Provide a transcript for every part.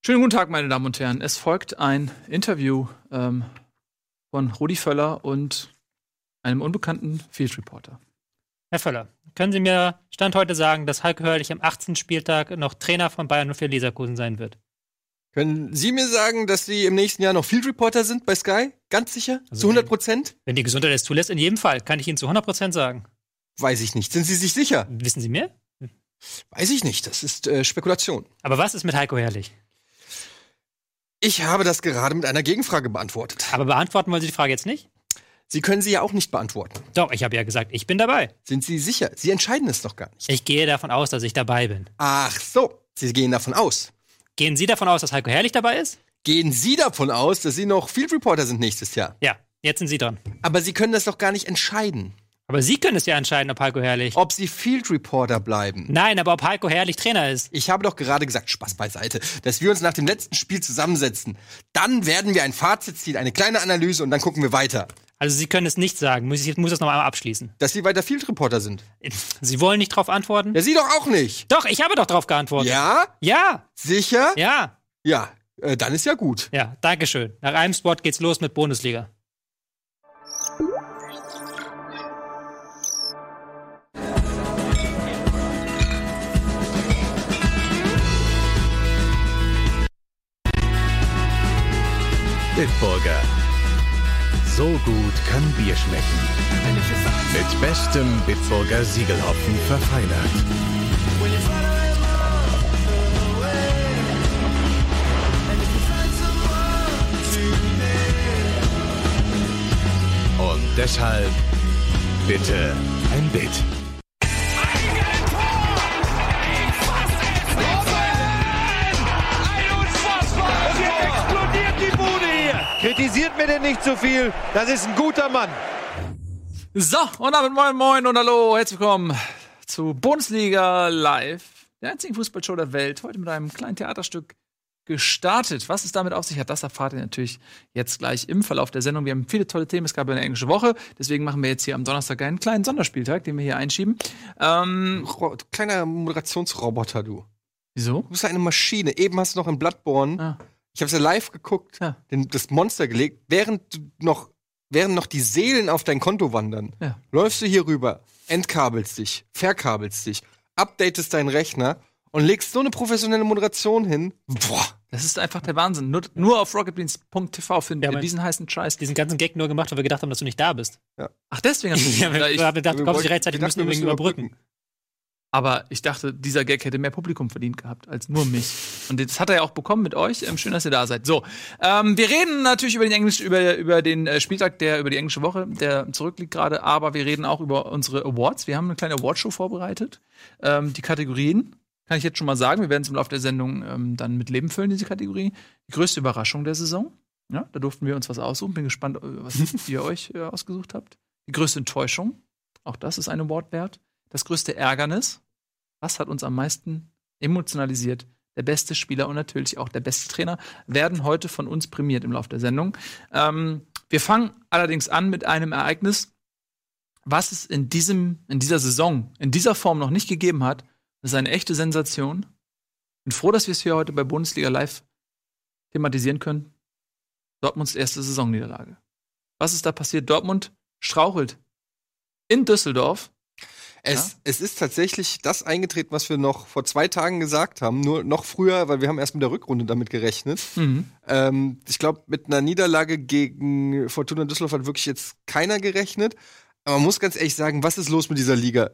Schönen guten Tag, meine Damen und Herren. Es folgt ein Interview von Rudi Völler und einem unbekannten Field Reporter. Herr Völler, können Sie mir Stand heute sagen, dass Heiko Herrlich am 18. Spieltag noch Trainer von Bayern 04 Leverkusen sein wird? Können Sie mir sagen, dass Sie im nächsten Jahr noch Field Reporter sind bei Sky? Ganz sicher? Also zu 100%? Wenn die Gesundheit es zulässt, in jedem Fall. Kann ich Ihnen zu 100% sagen. Weiß ich nicht. Sind Sie sich sicher? Wissen Sie mehr? Weiß ich nicht. Das ist Spekulation. Aber was ist mit Heiko Herrlich? Ich habe das gerade mit einer Gegenfrage beantwortet. Aber beantworten wollen Sie die Frage jetzt nicht? Sie können sie ja auch nicht beantworten. Doch, ich habe ja gesagt, ich bin dabei. Sind Sie sicher? Sie entscheiden es doch gar nicht. Ich gehe davon aus, dass ich dabei bin. Ach so, Sie gehen davon aus. Gehen Sie davon aus, dass Heiko Herrlich dabei ist? Gehen Sie davon aus, dass Sie noch Field Reporter sind nächstes Jahr? Ja, jetzt sind Sie dran. Aber Sie können das doch gar nicht entscheiden. Aber Sie können es ja entscheiden, ob Heiko Herrlich... Ob Sie Field Reporter bleiben. Nein, aber ob Heiko Herrlich Trainer ist. Ich habe doch gerade gesagt, Spaß beiseite, dass wir uns nach dem letzten Spiel zusammensetzen. Dann werden wir ein Fazit ziehen, eine kleine Analyse und dann gucken wir weiter. Also Sie können es nicht sagen. Ich muss das noch einmal abschließen. Dass Sie weiter Field Reporter sind. Sie wollen nicht drauf antworten? Ja, Sie doch auch nicht. Doch, ich habe doch drauf geantwortet. Ja? Ja. Sicher? Ja. Ja, dann ist ja gut. Ja, danke schön. Nach einem Spot geht's los mit Bundesliga. Bitburger. So gut kann Bier schmecken. Mit bestem Bitburger Siegelhopfen verfeinert. Und deshalb bitte ein Bit. Kritisiert mir denn nicht so viel, das ist ein guter Mann. So, und damit moin moin und hallo, herzlich willkommen zu Bundesliga Live, der einzigen Fußballshow der Welt. Heute mit einem kleinen Theaterstück gestartet. Was es damit auf sich hat, das erfahrt ihr natürlich jetzt gleich im Verlauf der Sendung. Wir haben viele tolle Themen, es gab eine englische Woche, deswegen machen wir jetzt hier am Donnerstag einen kleinen Sonderspieltag, den wir hier einschieben. Kleiner Moderationsroboter, du. Wieso? Du bist ja eine Maschine. Eben hast du noch in Bloodborne... Ich habe es ja live geguckt, das Monster gelegt, während noch die Seelen auf dein Konto wandern. Ja. Läufst du hier rüber, entkabelst dich, verkabelst dich, updatest deinen Rechner und legst so eine professionelle Moderation hin. Boah. Das ist einfach der Wahnsinn. Nur auf rocketbeans.tv finden wir diesen heißen Scheiß. Diesen ganzen Gag nur gemacht, weil wir gedacht haben, dass du nicht da bist. Ja. Ach, deswegen hast du wir haben gedacht, du kommst nicht rechtzeitig, wir müssen übrigens überbrücken. Aber ich dachte, dieser Gag hätte mehr Publikum verdient gehabt als nur mich. Und das hat er ja auch bekommen mit euch. Schön, dass ihr da seid. So, wir reden natürlich über den Spieltag, über die englische Woche, der zurückliegt gerade. Aber wir reden auch über unsere Awards. Wir haben eine kleine Awardshow vorbereitet. Die Kategorien kann ich jetzt schon mal sagen. Wir werden es im Laufe der Sendung dann mit Leben füllen, diese Kategorie. Die größte Überraschung der Saison. Ja, da durften wir uns was aussuchen. Bin gespannt, was ihr euch ausgesucht habt. Die größte Enttäuschung. Auch das ist ein Award wert. Das größte Ärgernis. Was hat uns am meisten emotionalisiert? Der beste Spieler und natürlich auch der beste Trainer werden heute von uns prämiert im Laufe der Sendung. Wir fangen allerdings an mit einem Ereignis, was es in dieser Saison, in dieser Form noch nicht gegeben hat. Das ist eine echte Sensation. Ich bin froh, dass wir es hier heute bei Bundesliga Live thematisieren können. Dortmunds erste Saisonniederlage. Was ist da passiert? Dortmund strauchelt in Düsseldorf. Es ist tatsächlich das eingetreten, was wir noch vor 2 Tagen gesagt haben, nur noch früher, weil wir haben erst mit der Rückrunde damit gerechnet. Ich glaube, mit einer Niederlage gegen Fortuna Düsseldorf hat wirklich jetzt keiner gerechnet. Aber man muss ganz ehrlich sagen, was ist los mit dieser Liga?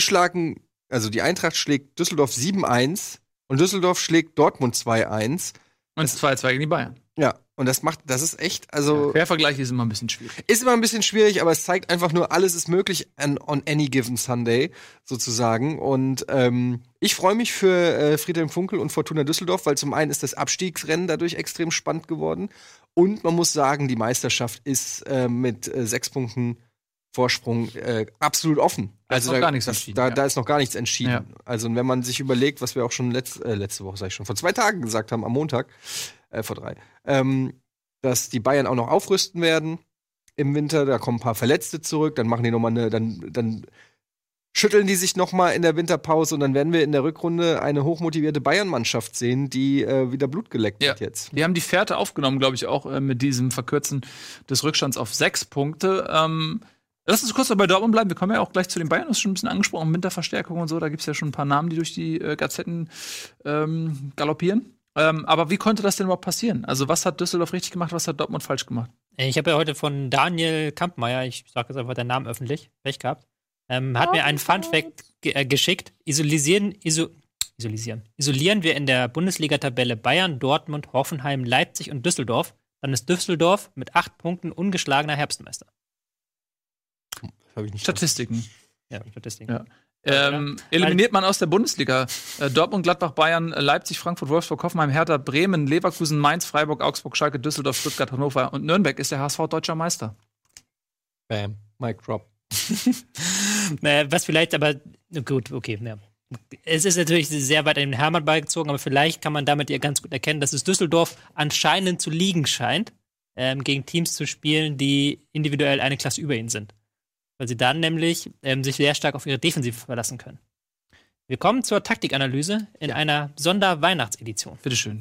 Die Eintracht schlägt Düsseldorf 7-1 und Düsseldorf schlägt Dortmund 2-1. Und 2-2 gegen die Bayern. Ja, und das ist echt, Quervergleich ist immer ein bisschen schwierig. Ist immer ein bisschen schwierig, aber es zeigt einfach nur, alles ist möglich on any given Sunday, sozusagen. Und ich freue mich für Friedhelm Funkel und Fortuna Düsseldorf, weil zum einen ist das Abstiegsrennen dadurch extrem spannend geworden. Und man muss sagen, die Meisterschaft ist mit 6 Punkten Vorsprung absolut offen. Da ist noch gar nichts entschieden. Da ist noch gar nichts entschieden. Ja. Also wenn man sich überlegt, was wir auch schon letzte Woche, sag ich schon, vor 2 Tagen gesagt haben, am Montag, vor 3, dass die Bayern auch noch aufrüsten werden im Winter, da kommen ein paar Verletzte zurück, dann machen die nochmal dann schütteln die sich noch mal in der Winterpause und dann werden wir in der Rückrunde eine hochmotivierte Bayern-Mannschaft sehen, die wieder Blut geleckt hat jetzt. Die haben die Fährte aufgenommen, glaube ich, auch mit diesem Verkürzen des Rückstands auf 6 Punkte. Lass uns kurz noch bei Dortmund bleiben. Wir kommen ja auch gleich zu den Bayern. Das ist schon ein bisschen angesprochen, Winterverstärkung und so. Da gibt es ja schon ein paar Namen, die durch die Gazetten galoppieren. Aber wie konnte das denn überhaupt passieren? Also was hat Düsseldorf richtig gemacht, was hat Dortmund falsch gemacht? Ich habe ja heute von Daniel Kampmeier, ich sage jetzt einfach den Namen öffentlich, Pech gehabt, hat mir einen Funfact geschickt. Isolieren wir in der Bundesliga-Tabelle Bayern, Dortmund, Hoffenheim, Leipzig und Düsseldorf, dann ist Düsseldorf mit 8 Punkten ungeschlagener Herbstmeister. Statistiken. Ja, Statistiken. Ja. Eliminiert man aus der Bundesliga Dortmund, Gladbach, Bayern, Leipzig, Frankfurt, Wolfsburg, Hoffenheim, Hertha, Bremen, Leverkusen, Mainz, Freiburg, Augsburg, Schalke, Düsseldorf, Stuttgart, Hannover und Nürnberg, ist der HSV deutscher Meister. Bam, Mic drop. Was vielleicht aber, gut, okay, ja. Es ist natürlich sehr weit an den Hermann beigezogen, aber vielleicht kann man damit ja ganz gut erkennen, dass es Düsseldorf anscheinend zu liegen scheint, gegen Teams zu spielen, die individuell eine Klasse über ihnen sind. Weil sie dann nämlich sich sehr stark auf ihre Defensive verlassen können. Wir kommen zur Taktikanalyse in einer Sonderweihnachtsedition. Bitteschön.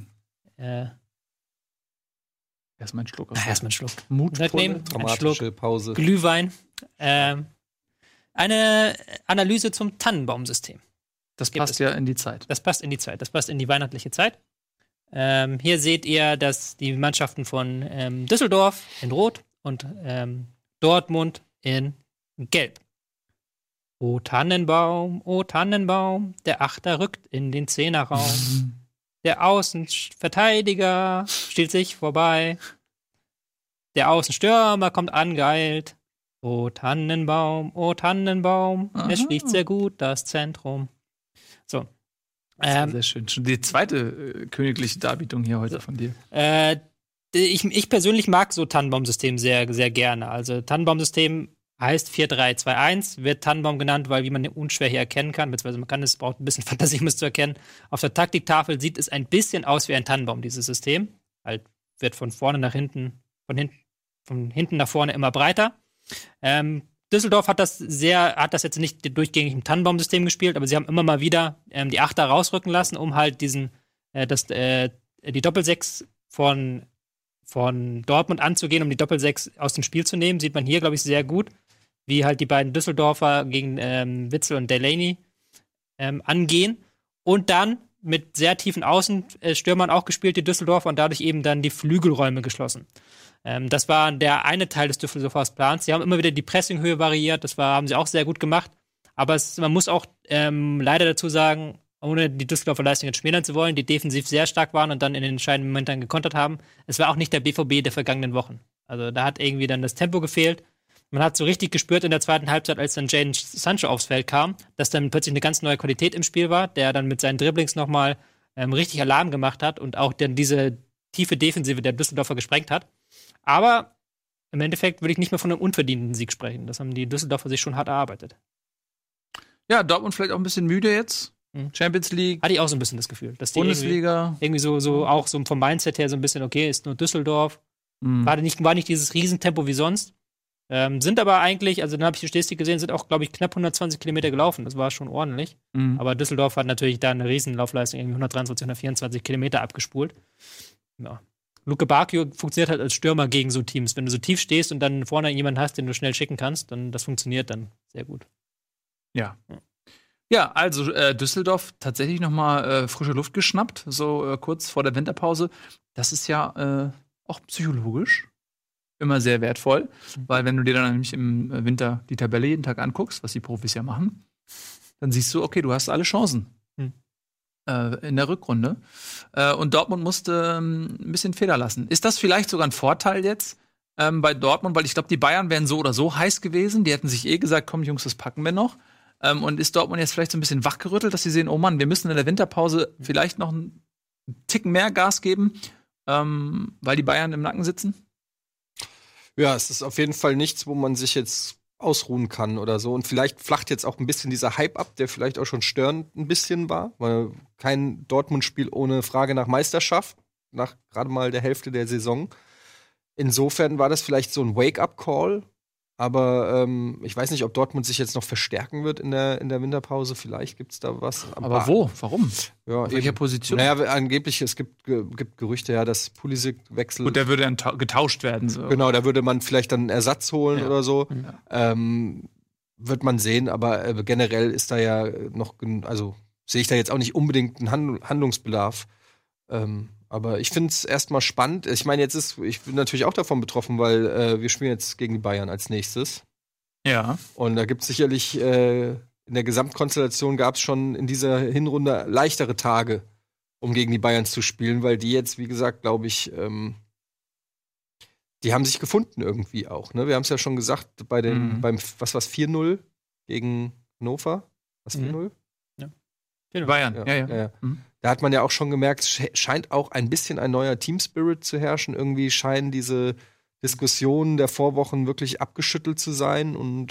Erstmal einen Schluck. Erstmal einen Schluck. Mutvolle, dramatische Pause. Glühwein. Eine Analyse zum Tannenbaumsystem. Das passt ja in die Zeit. Das passt in die Zeit. Das passt in die weihnachtliche Zeit. Hier seht ihr, dass die Mannschaften von Düsseldorf in Rot und Dortmund in Gelb. O Tannenbaum, der Achter rückt in den Zehnerraum. Der Außenverteidiger stiehlt sich vorbei. Der Außenstürmer kommt angeeilt. O Tannenbaum, es schließt sehr gut das Zentrum. So. Sehr schön. Schon die zweite königliche Darbietung hier heute von dir. Ich persönlich mag so Tannenbaumsystem sehr, sehr gerne. Also Tannenbaumsystem heißt 4-3-2-1, wird Tannenbaum genannt, weil wie man den unschwer hier erkennen kann, beziehungsweise man kann es, braucht ein bisschen Fantasie, um es zu erkennen. Auf der Taktiktafel sieht es ein bisschen aus wie ein Tannenbaum, dieses System. Halt wird von vorne nach hinten, von hinten nach vorne immer breiter. Düsseldorf hat das jetzt nicht durchgängig im Tannenbaumsystem gespielt, aber sie haben immer mal wieder die Achter rausrücken lassen, um halt die Doppelsechs von Dortmund anzugehen, um die Doppelsechs aus dem Spiel zu nehmen. Sieht man hier, glaube ich, sehr gut, wie halt die beiden Düsseldorfer gegen Witzel und Delaney angehen. Und dann mit sehr tiefen Außenstürmern auch gespielt, die Düsseldorfer, und dadurch eben dann die Flügelräume geschlossen. Das war der eine Teil des Düsseldorfer Plans. Sie haben immer wieder die Pressinghöhe variiert, haben sie auch sehr gut gemacht. Aber man muss auch leider dazu sagen, ohne die Düsseldorfer Leistung jetzt schmälern zu wollen, die defensiv sehr stark waren und dann in den entscheidenden Momenten gekontert haben. Es war auch nicht der BVB der vergangenen Wochen. Also da hat irgendwie dann das Tempo gefehlt. Man hat so richtig gespürt in der zweiten Halbzeit, als dann Jadon Sancho aufs Feld kam, dass dann plötzlich eine ganz neue Qualität im Spiel war, der dann mit seinen Dribblings nochmal richtig Alarm gemacht hat und auch dann diese tiefe Defensive der Düsseldorfer gesprengt hat. Aber im Endeffekt würde ich nicht mehr von einem unverdienten Sieg sprechen. Das haben die Düsseldorfer sich schon hart erarbeitet. Ja, Dortmund vielleicht auch ein bisschen müde jetzt. Champions League. Hatte ich auch so ein bisschen das Gefühl. Dass die Bundesliga. Irgendwie so auch so vom Mindset her so ein bisschen, okay, ist nur Düsseldorf. War nicht dieses Riesentempo wie sonst. Sind aber eigentlich, also dann habe ich die Statistik gesehen, sind auch, glaube ich, knapp 120 Kilometer gelaufen. Das war schon ordentlich. Aber Düsseldorf hat natürlich da eine Riesenlaufleistung, irgendwie 123, 124 Kilometer abgespult. Ja. Luke Bacchio funktioniert halt als Stürmer gegen so Teams. Wenn du so tief stehst und dann vorne jemanden hast, den du schnell schicken kannst, dann das funktioniert dann sehr gut. Ja, also Düsseldorf tatsächlich noch mal frische Luft geschnappt, so kurz vor der Winterpause. Das ist ja auch psychologisch immer sehr wertvoll, weil wenn du dir dann nämlich im Winter die Tabelle jeden Tag anguckst, was die Profis ja machen, dann siehst du, okay, du hast alle Chancen in der Rückrunde. Und Dortmund musste ein bisschen Feder lassen. Ist das vielleicht sogar ein Vorteil jetzt bei Dortmund? Weil ich glaube, die Bayern wären so oder so heiß gewesen. Die hätten sich gesagt, komm Jungs, das packen wir noch. Und ist Dortmund jetzt vielleicht so ein bisschen wachgerüttelt, dass sie sehen, oh Mann, wir müssen in der Winterpause vielleicht noch einen Ticken mehr Gas geben, weil die Bayern im Nacken sitzen? Ja, es ist auf jeden Fall nichts, wo man sich jetzt ausruhen kann oder so. Und vielleicht flacht jetzt auch ein bisschen dieser Hype ab, der vielleicht auch schon störend ein bisschen war, weil kein Dortmund-Spiel ohne Frage nach Meisterschaft, nach gerade mal der Hälfte der Saison. Insofern war das vielleicht so ein Wake-up-Call Aber ich weiß nicht, ob Dortmund sich jetzt noch verstärken wird in der Winterpause. Vielleicht gibt's da was. Aber wo? Warum? Ja, Auf welcher Position? Naja, angeblich, es gibt Gerüchte, ja, dass Pulisic wechselt. Gut, der würde dann getauscht werden. So. Genau, da würde man vielleicht dann einen Ersatz holen oder so. Ja. Wird man sehen, aber generell ist da ja noch, also sehe ich da jetzt auch nicht unbedingt einen Handlungsbedarf. Aber ich finde es erstmal spannend. Ich meine, ich bin natürlich auch davon betroffen, weil wir spielen jetzt gegen die Bayern als nächstes. Ja. Und da gibt es sicherlich, in der Gesamtkonstellation gab es schon in dieser Hinrunde leichtere Tage, um gegen die Bayern zu spielen, weil die jetzt, wie gesagt, glaube ich, die haben sich gefunden irgendwie auch. Ne? Wir haben es ja schon gesagt, beim, was war's, 4-0 gegen Hannover? Was, 4-0? Ja. Bayern, ja. Da hat man ja auch schon gemerkt, scheint auch ein bisschen ein neuer Team-Spirit zu herrschen. Irgendwie scheinen diese Diskussionen der Vorwochen wirklich abgeschüttelt zu sein. Und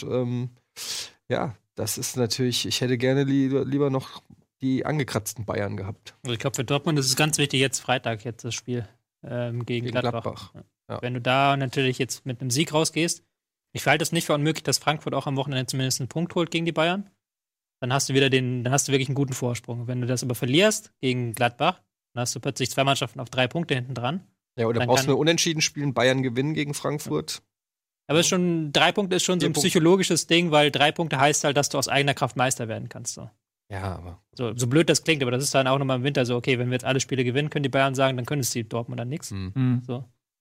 das ist natürlich, ich hätte gerne lieber noch die angekratzten Bayern gehabt. Also ich glaube, für Dortmund ist es ganz wichtig, jetzt Freitag, das Spiel gegen Gladbach. Ja. Wenn du da natürlich jetzt mit einem Sieg rausgehst, ich halte es nicht für unmöglich, dass Frankfurt auch am Wochenende zumindest einen Punkt holt gegen die Bayern. Dann hast du wirklich einen guten Vorsprung. Wenn du das aber verlierst gegen Gladbach, dann hast du plötzlich 2 Mannschaften auf 3 Punkte hinten dran. Ja, oder brauchst du nur unentschieden spielen, Bayern gewinnen gegen Frankfurt. Aber 3 Punkte ist schon so ein psychologisches Ding, weil 3 Punkte heißt halt, dass du aus eigener Kraft Meister werden kannst. So. Ja, aber. So blöd das klingt, aber das ist dann auch nochmal im Winter so, okay, wenn wir jetzt alle Spiele gewinnen, können die Bayern sagen, dann können es die Dortmund dann nichts. So.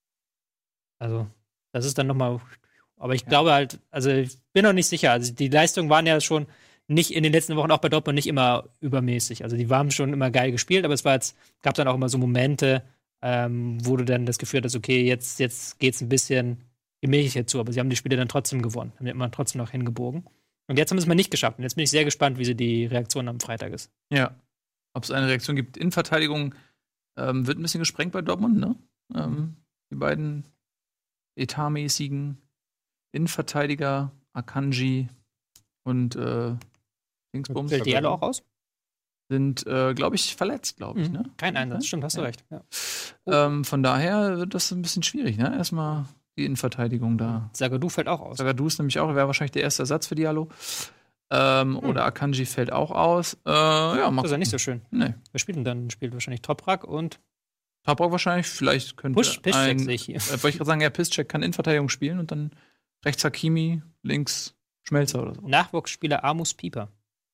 Also, das ist dann nochmal. Aber ich glaube halt, also ich bin noch nicht sicher. Also die Leistungen waren ja schon nicht in den letzten Wochen auch bei Dortmund nicht immer übermäßig. Also die waren schon immer geil gespielt, aber es gab dann auch immer so Momente, wo du dann das Gefühl hattest, okay, jetzt geht's ein bisschen gemächlicher zu, aber sie haben die Spiele dann trotzdem gewonnen, haben immer trotzdem noch hingebogen. Und jetzt haben sie es mal nicht geschafft. Und jetzt bin ich sehr gespannt, wie die Reaktion am Freitag ist. Ja. Ob es eine Reaktion gibt. Innenverteidigung wird ein bisschen gesprengt bei Dortmund, ne? Die beiden etatmäßigen Innenverteidiger, Akanji und Dingsbums. Fällt Diallo auch aus? Sind, glaube ich, verletzt, ne? Kein Einsatz, stimmt, hast du recht. Ja. Von daher wird das ein bisschen schwierig, ne? Erstmal die Innenverteidigung da. Zagadou fällt auch aus. Zagadou ist nämlich auch, wäre wahrscheinlich der erste Ersatz für Diallo. Oder Akanji fällt auch aus. Ja, das ist ja nicht so schön. Nee. Wer spielt denn dann? Spielt wahrscheinlich Toprak und Toprak wahrscheinlich. Vielleicht könnte Piszczek sehe ich hier. Wollte ich gerade sagen, ja, Piszczek kann Innenverteidigung spielen und dann rechts Hakimi, links Schmelzer oder so. Nachwuchsspieler Amos Pieper.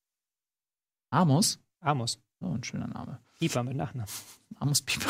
Amos? Oh, ein schöner Name. Pieper mit Nachnamen. Amos Pieper.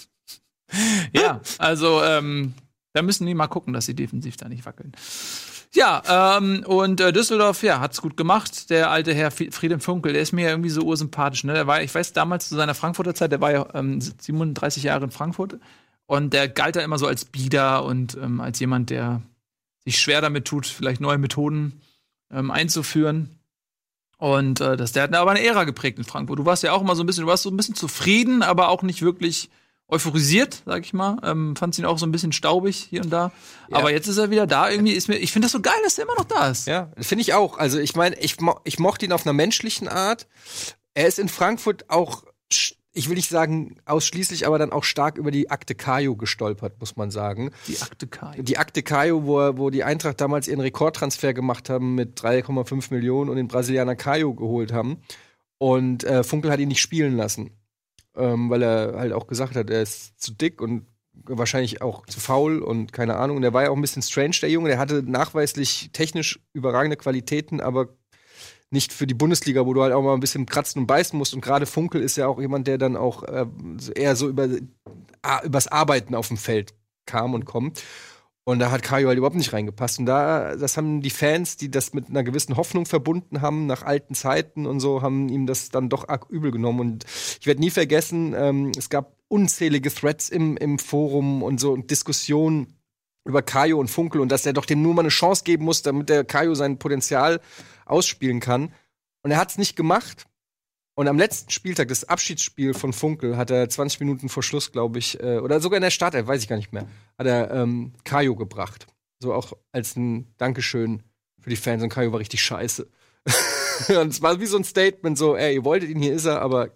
Ja, also da müssen die mal gucken, dass sie defensiv da nicht wackeln. Ja, und Düsseldorf, ja, hat's gut gemacht. Der alte Herr Friedhelm Funkel, der ist mir ja irgendwie so ursympathisch. Ne? Ich weiß, damals zu seiner Frankfurter Zeit, der war ja 37 Jahre in Frankfurt. Und der galt da immer so als Bieder und als jemand, der sich schwer damit tut, vielleicht neue Methoden einzuführen. Und der hat aber eine Ära geprägt in Frankfurt. Du warst auch immer so ein bisschen zufrieden, aber auch nicht wirklich euphorisiert, sag ich mal. Fand's ihn auch so ein bisschen staubig hier und da. Ja. Aber jetzt ist er wieder da. Irgendwie ich finde das so geil, dass er immer noch da ist. Ja, das finde ich auch. Also ich meine, ich mochte ihn auf einer menschlichen Art. Er ist in Frankfurt auch, ich will nicht sagen ausschließlich, aber dann auch stark über die Akte Caio gestolpert, muss man sagen. Die Akte Caio. Die Akte Caio, wo die Eintracht damals ihren Rekordtransfer gemacht haben mit 3,5 Millionen und den Brasilianer Caio geholt haben. Und Funkel hat ihn nicht spielen lassen. Weil er halt auch gesagt hat, er ist zu dick und wahrscheinlich auch zu faul und keine Ahnung. Und der war ja auch ein bisschen strange, der Junge. Der hatte nachweislich technisch überragende Qualitäten, aber nicht für die Bundesliga, wo du halt auch mal ein bisschen kratzen und beißen musst. Und gerade Funkel ist ja auch jemand, der dann auch eher so übers Arbeiten auf dem Feld kam und kommt. Und da hat Caio halt überhaupt nicht reingepasst. Und das haben die Fans, die das mit einer gewissen Hoffnung verbunden haben, nach alten Zeiten und so, haben ihm das dann doch arg übel genommen. Und ich werde nie vergessen, es gab unzählige Threads im Forum und so und Diskussionen über Caio und Funkel und dass er doch dem nur mal eine Chance geben muss, damit der Caio sein Potenzial ausspielen kann. Und er hat es nicht gemacht. Und am letzten Spieltag, das Abschiedsspiel von Funkel, hat er 20 Minuten vor Schluss, glaube ich, oder sogar in der Startelf, weiß ich gar nicht mehr, hat er Caio gebracht. So auch als ein Dankeschön für die Fans. Und Caio war richtig scheiße. Und es war wie so ein Statement, so, ey, ihr wolltet ihn, hier ist er, aber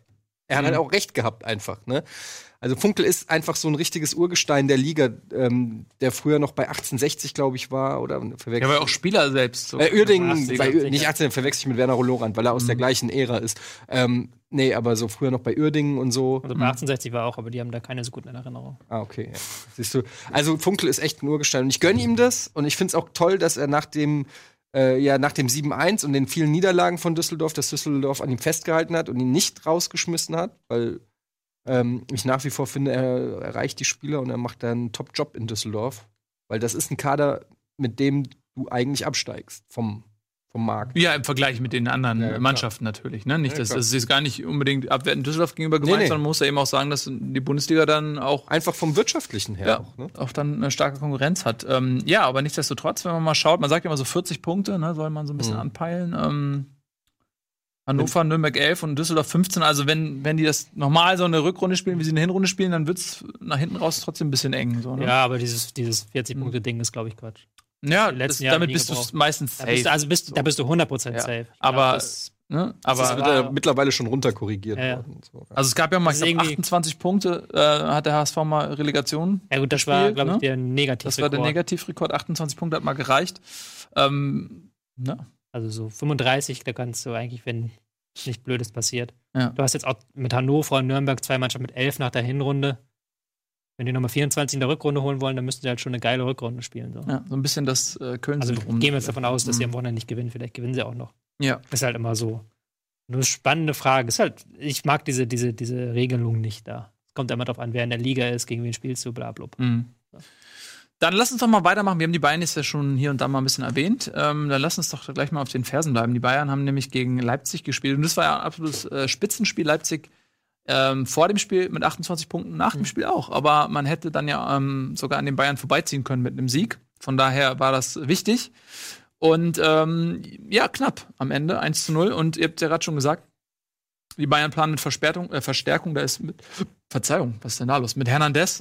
Er hat halt auch recht gehabt einfach, ne? Also Funkel ist einfach so ein richtiges Urgestein der Liga, der früher noch bei 1860, glaube ich, war. Oder verwechselt. Er war auch Spieler selbst. So. Uerdingen, nicht 18, verwechsel ich mit Werner Lorand, weil er aus der gleichen Ära ist. Nee, aber so früher noch bei Uerdingen und so. Also bei 1860 war auch, aber die haben da keine so guten Erinnerungen. Ah, okay. Ja. Siehst du, also Funkel ist echt ein Urgestein. Und ich gönne ihm das. Und ich finde es auch toll, dass er nach dem 7-1 und den vielen Niederlagen von Düsseldorf, dass Düsseldorf an ihm festgehalten hat und ihn nicht rausgeschmissen hat, weil ich nach wie vor finde, er erreicht die Spieler und er macht da einen Top-Job in Düsseldorf. Weil das ist ein Kader, mit dem du eigentlich absteigst vom Markt. Ja, im Vergleich mit den anderen Mannschaften natürlich. Ne? Nicht, dass es ist gar nicht unbedingt abwertend Düsseldorf gegenüber gemeint, sondern man muss ja eben auch sagen, dass die Bundesliga dann auch einfach vom Wirtschaftlichen her auch dann eine starke Konkurrenz hat. Aber nichtsdestotrotz, wenn man mal schaut, man sagt ja immer so 40 Punkte, ne, soll man so ein bisschen anpeilen. Hannover, Nürnberg 11 und Düsseldorf 15. Also wenn die das normal so eine Rückrunde spielen, wie sie eine Hinrunde spielen, dann wird es nach hinten raus trotzdem ein bisschen eng. So, ne? Ja, aber dieses 40-Punkte-Ding ist, glaube ich, Quatsch. Ja, damit bist du meistens safe. Da bist du 100% safe. Aber das ist mittlerweile schon runterkorrigiert worden. So. Also es gab ja mal 28 Punkte, hat der HSV mal Relegation. Ja gut, das war, glaube ich, der Negativrekord. Das war der Negativrekord, 28 Punkte hat mal gereicht. Also so 35, da kannst du eigentlich, wenn nichts Blödes passiert. Ja. Du hast jetzt auch mit Hannover und Nürnberg 2 Mannschaften mit 11 nach der Hinrunde. Wenn die nochmal 24 in der Rückrunde holen wollen, dann müssten sie halt schon eine geile Rückrunde spielen. So, so ein bisschen das Köln-Syndrom. Also gehen wir jetzt davon aus, dass sie am Wochenende nicht gewinnen. Vielleicht gewinnen sie auch noch. Ja. Ist halt immer so. Nur eine spannende Frage. Ist halt, ich mag diese Regelung nicht da. Es kommt immer darauf an, wer in der Liga ist, gegen wen spielst du, bla bla. So. Dann lass uns doch mal weitermachen. Wir haben die Bayern jetzt ja schon hier und da mal ein bisschen erwähnt. Dann lass uns doch gleich mal auf den Fersen bleiben. Die Bayern haben nämlich gegen Leipzig gespielt. Und das war ja ein absolutes Spitzenspiel. Leipzig vor dem Spiel mit 28 Punkten, nach dem Spiel auch. Aber man hätte dann ja sogar an den Bayern vorbeiziehen können mit einem Sieg. Von daher war das wichtig. Und knapp am Ende, 1:0. Und ihr habt ja gerade schon gesagt, die Bayern planen mit Verstärkung. Da ist mit Verzeihung, was ist denn da los? Mit Hernandez,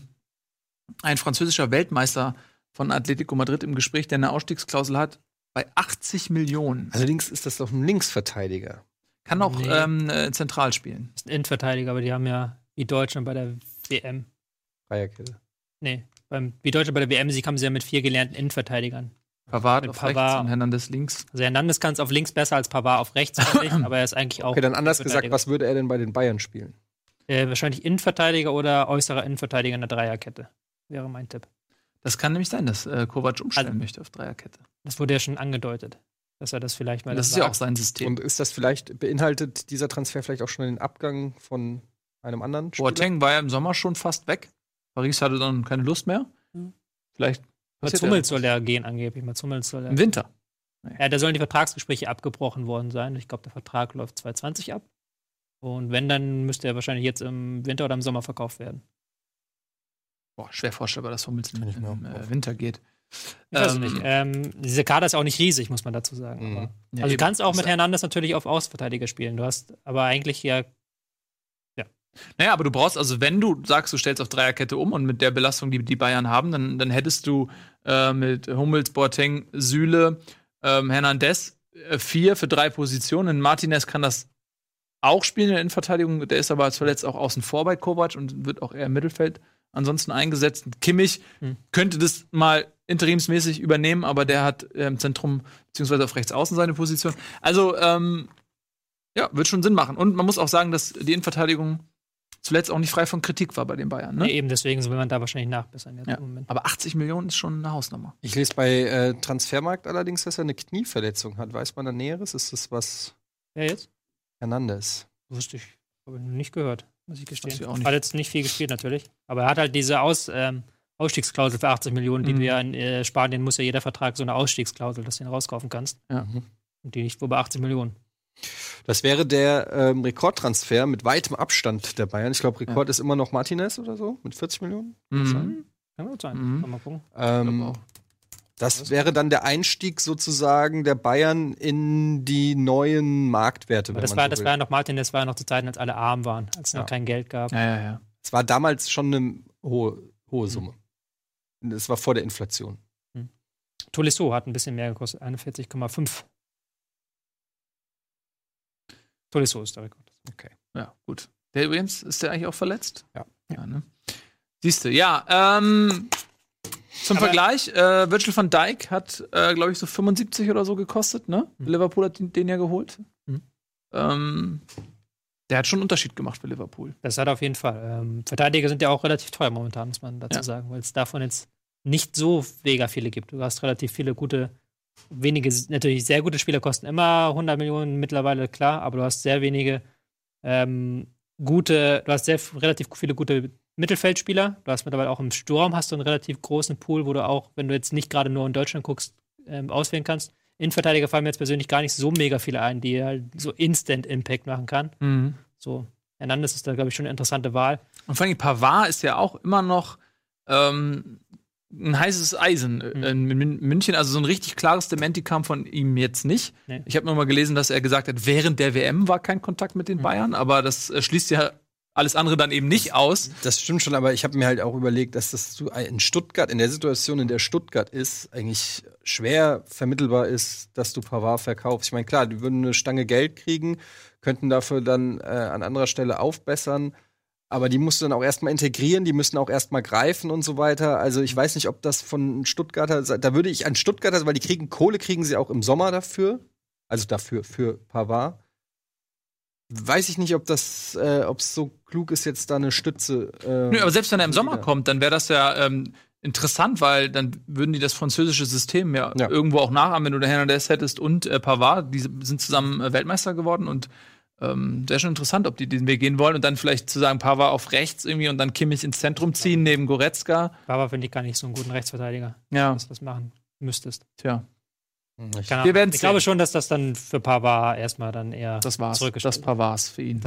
ein französischer Weltmeister von Atletico Madrid im Gespräch, der eine Ausstiegsklausel hat, bei 80 Millionen. Allerdings ist das doch ein Linksverteidiger. Kann auch zentral spielen. Das ist ein Innenverteidiger, aber die haben ja wie Deutschland bei der WM. Dreierkette. Nee, wie Deutschland bei der WM-Sieg haben sie ja mit 4 gelernten Innenverteidigern. Pavard auf rechts und Hernandez links. Also Hernandez kann es auf links besser als Pavard auf rechts, aber er ist eigentlich auch. Okay, dann anders gesagt, was würde er denn bei den Bayern spielen? Wahrscheinlich Innenverteidiger oder äußerer Innenverteidiger in der Dreierkette. Wäre mein Tipp. Das kann nämlich sein, dass Kovac umstellen möchte auf Dreierkette. Das wurde ja schon angedeutet, dass er das vielleicht mal. Das ist ja auch sein System. Und ist das beinhaltet dieser Transfer vielleicht auch schon den Abgang von einem anderen Spieler? Boateng war ja im Sommer schon fast weg. Paris hatte dann keine Lust mehr. Vielleicht. Mats Hummels soll ja gehen, angeblich. Im Winter. Ja, da sollen die Vertragsgespräche abgebrochen worden sein. Ich glaube, der Vertrag läuft 2020 ab. Und wenn, dann müsste er wahrscheinlich jetzt im Winter oder im Sommer verkauft werden. Schwer vorstellbar, dass Hummels im Winter geht. Ich weiß nicht. Diese Kader ist auch nicht riesig, muss man dazu sagen. Aber, also du kannst auch mit Hernandez natürlich auf Außenverteidiger spielen. Du hast aber eigentlich ja. Naja, aber du brauchst, also wenn du sagst, du stellst auf Dreierkette um und mit der Belastung, die Bayern haben, dann hättest du mit Hummels, Boateng, Süle, Hernandez 4 für 3 Positionen. Martinez kann das auch spielen in der Innenverteidigung. Der ist aber zuletzt auch außen vor bei Kovac und wird auch eher im Mittelfeld ansonsten eingesetzt. Kimmich könnte das mal interimsmäßig übernehmen, aber der hat im Zentrum beziehungsweise auf rechts außen seine Position. Also, wird schon Sinn machen. Und man muss auch sagen, dass die Innenverteidigung zuletzt auch nicht frei von Kritik war bei den Bayern. Ne? Ja, eben, deswegen will man da wahrscheinlich nachbessern jetzt im Moment. Aber 80 Millionen ist schon eine Hausnummer. Ich lese bei Transfermarkt allerdings, dass er eine Knieverletzung hat. Weiß man da Näheres? Ist das was? Wer jetzt? Hernandez. Wusste ich. Habe ich noch nicht gehört, muss ich gestehen. Ich auch nicht. Hat jetzt nicht viel gespielt, natürlich. Aber er hat halt diese Ausstiegsklausel für 80 Millionen, die du ja in Spanien muss ja jeder Vertrag so eine Ausstiegsklausel, dass du ihn rauskaufen kannst. Ja. Und die nicht wohl bei 80 Millionen. Das wäre der Rekordtransfer mit weitem Abstand der Bayern. Ich glaube, Rekord ist immer noch Martinez oder so, mit 40 Millionen. Kann gut sein. Mal gucken. Das wäre dann der Einstieg sozusagen der Bayern in die neuen Marktwerte. Aber das war ja noch Martinez, war ja noch zu Zeiten, als alle arm waren, als es noch kein Geld gab. Ja. Es war damals schon eine hohe Summe. Das war vor der Inflation. Tolisso hat ein bisschen mehr gekostet, 41,5. Tolisso ist der Rekord. Okay. Ja, gut. Der übrigens, ist der eigentlich auch verletzt? Ja. Ne? Siehst du, ja. Zum Vergleich, Virgil van Dijk hat, glaube ich, so 75 oder so gekostet, ne? Liverpool hat den ja geholt. Der hat schon einen Unterschied gemacht für Liverpool. Das hat auf jeden Fall. Verteidiger sind ja auch relativ teuer momentan, muss man dazu sagen, weil es davon jetzt nicht so mega viele gibt. Du hast relativ viele wenige, natürlich sehr gute Spieler kosten immer 100 Millionen mittlerweile, klar, aber du hast sehr wenige relativ viele gute Mittelfeldspieler. Du hast mittlerweile auch im Sturm hast du einen relativ großen Pool, wo du auch, wenn du jetzt nicht gerade nur in Deutschland guckst, auswählen kannst. Innenverteidiger fallen mir jetzt persönlich gar nicht so mega viele ein, die halt so Instant-Impact machen kann. So, Hernandez ist da, glaube ich, schon eine interessante Wahl. Und vor allem Pavard ist ja auch immer noch ein heißes Eisen in München. Also so ein richtig klares Dementi kam von ihm jetzt nicht. Nee. Ich habe noch mal gelesen, dass er gesagt hat, während der WM war kein Kontakt mit den Bayern, aber das schließt ja alles andere dann eben nicht aus. Das stimmt schon, aber ich habe mir halt auch überlegt, dass das in Stuttgart, in der Situation, in der Stuttgart ist, eigentlich schwer vermittelbar ist, dass du Pavard verkaufst. Ich meine, klar, die würden eine Stange Geld kriegen, könnten dafür dann an anderer Stelle aufbessern, aber die musst du dann auch erstmal integrieren, die müssen auch erstmal greifen und so weiter. Also ich weiß nicht, ob das von Stuttgarter, da würde ich an Stuttgarter, weil die Kohle kriegen sie auch im Sommer dafür, also dafür für Pavard. Weiß ich nicht, ob es so klug ist, jetzt da eine Stütze. Nö, aber selbst wenn er im Sommer kommt, dann wäre das ja interessant, weil dann würden die das französische System ja irgendwo auch nachahmen, wenn du da Hernandez hättest und Pavard, die sind zusammen Weltmeister geworden und wäre schon interessant, ob die den Weg gehen wollen und dann vielleicht zu sagen, Pavard auf rechts irgendwie und dann Kimmich ins Zentrum ziehen neben Goretzka. Pavard finde ich gar nicht so einen guten Rechtsverteidiger, dass du das machen müsstest. Tja. Ich glaube schon, dass das dann für Pavard erstmal dann eher zurückgestellt. Das Pavards für ihn.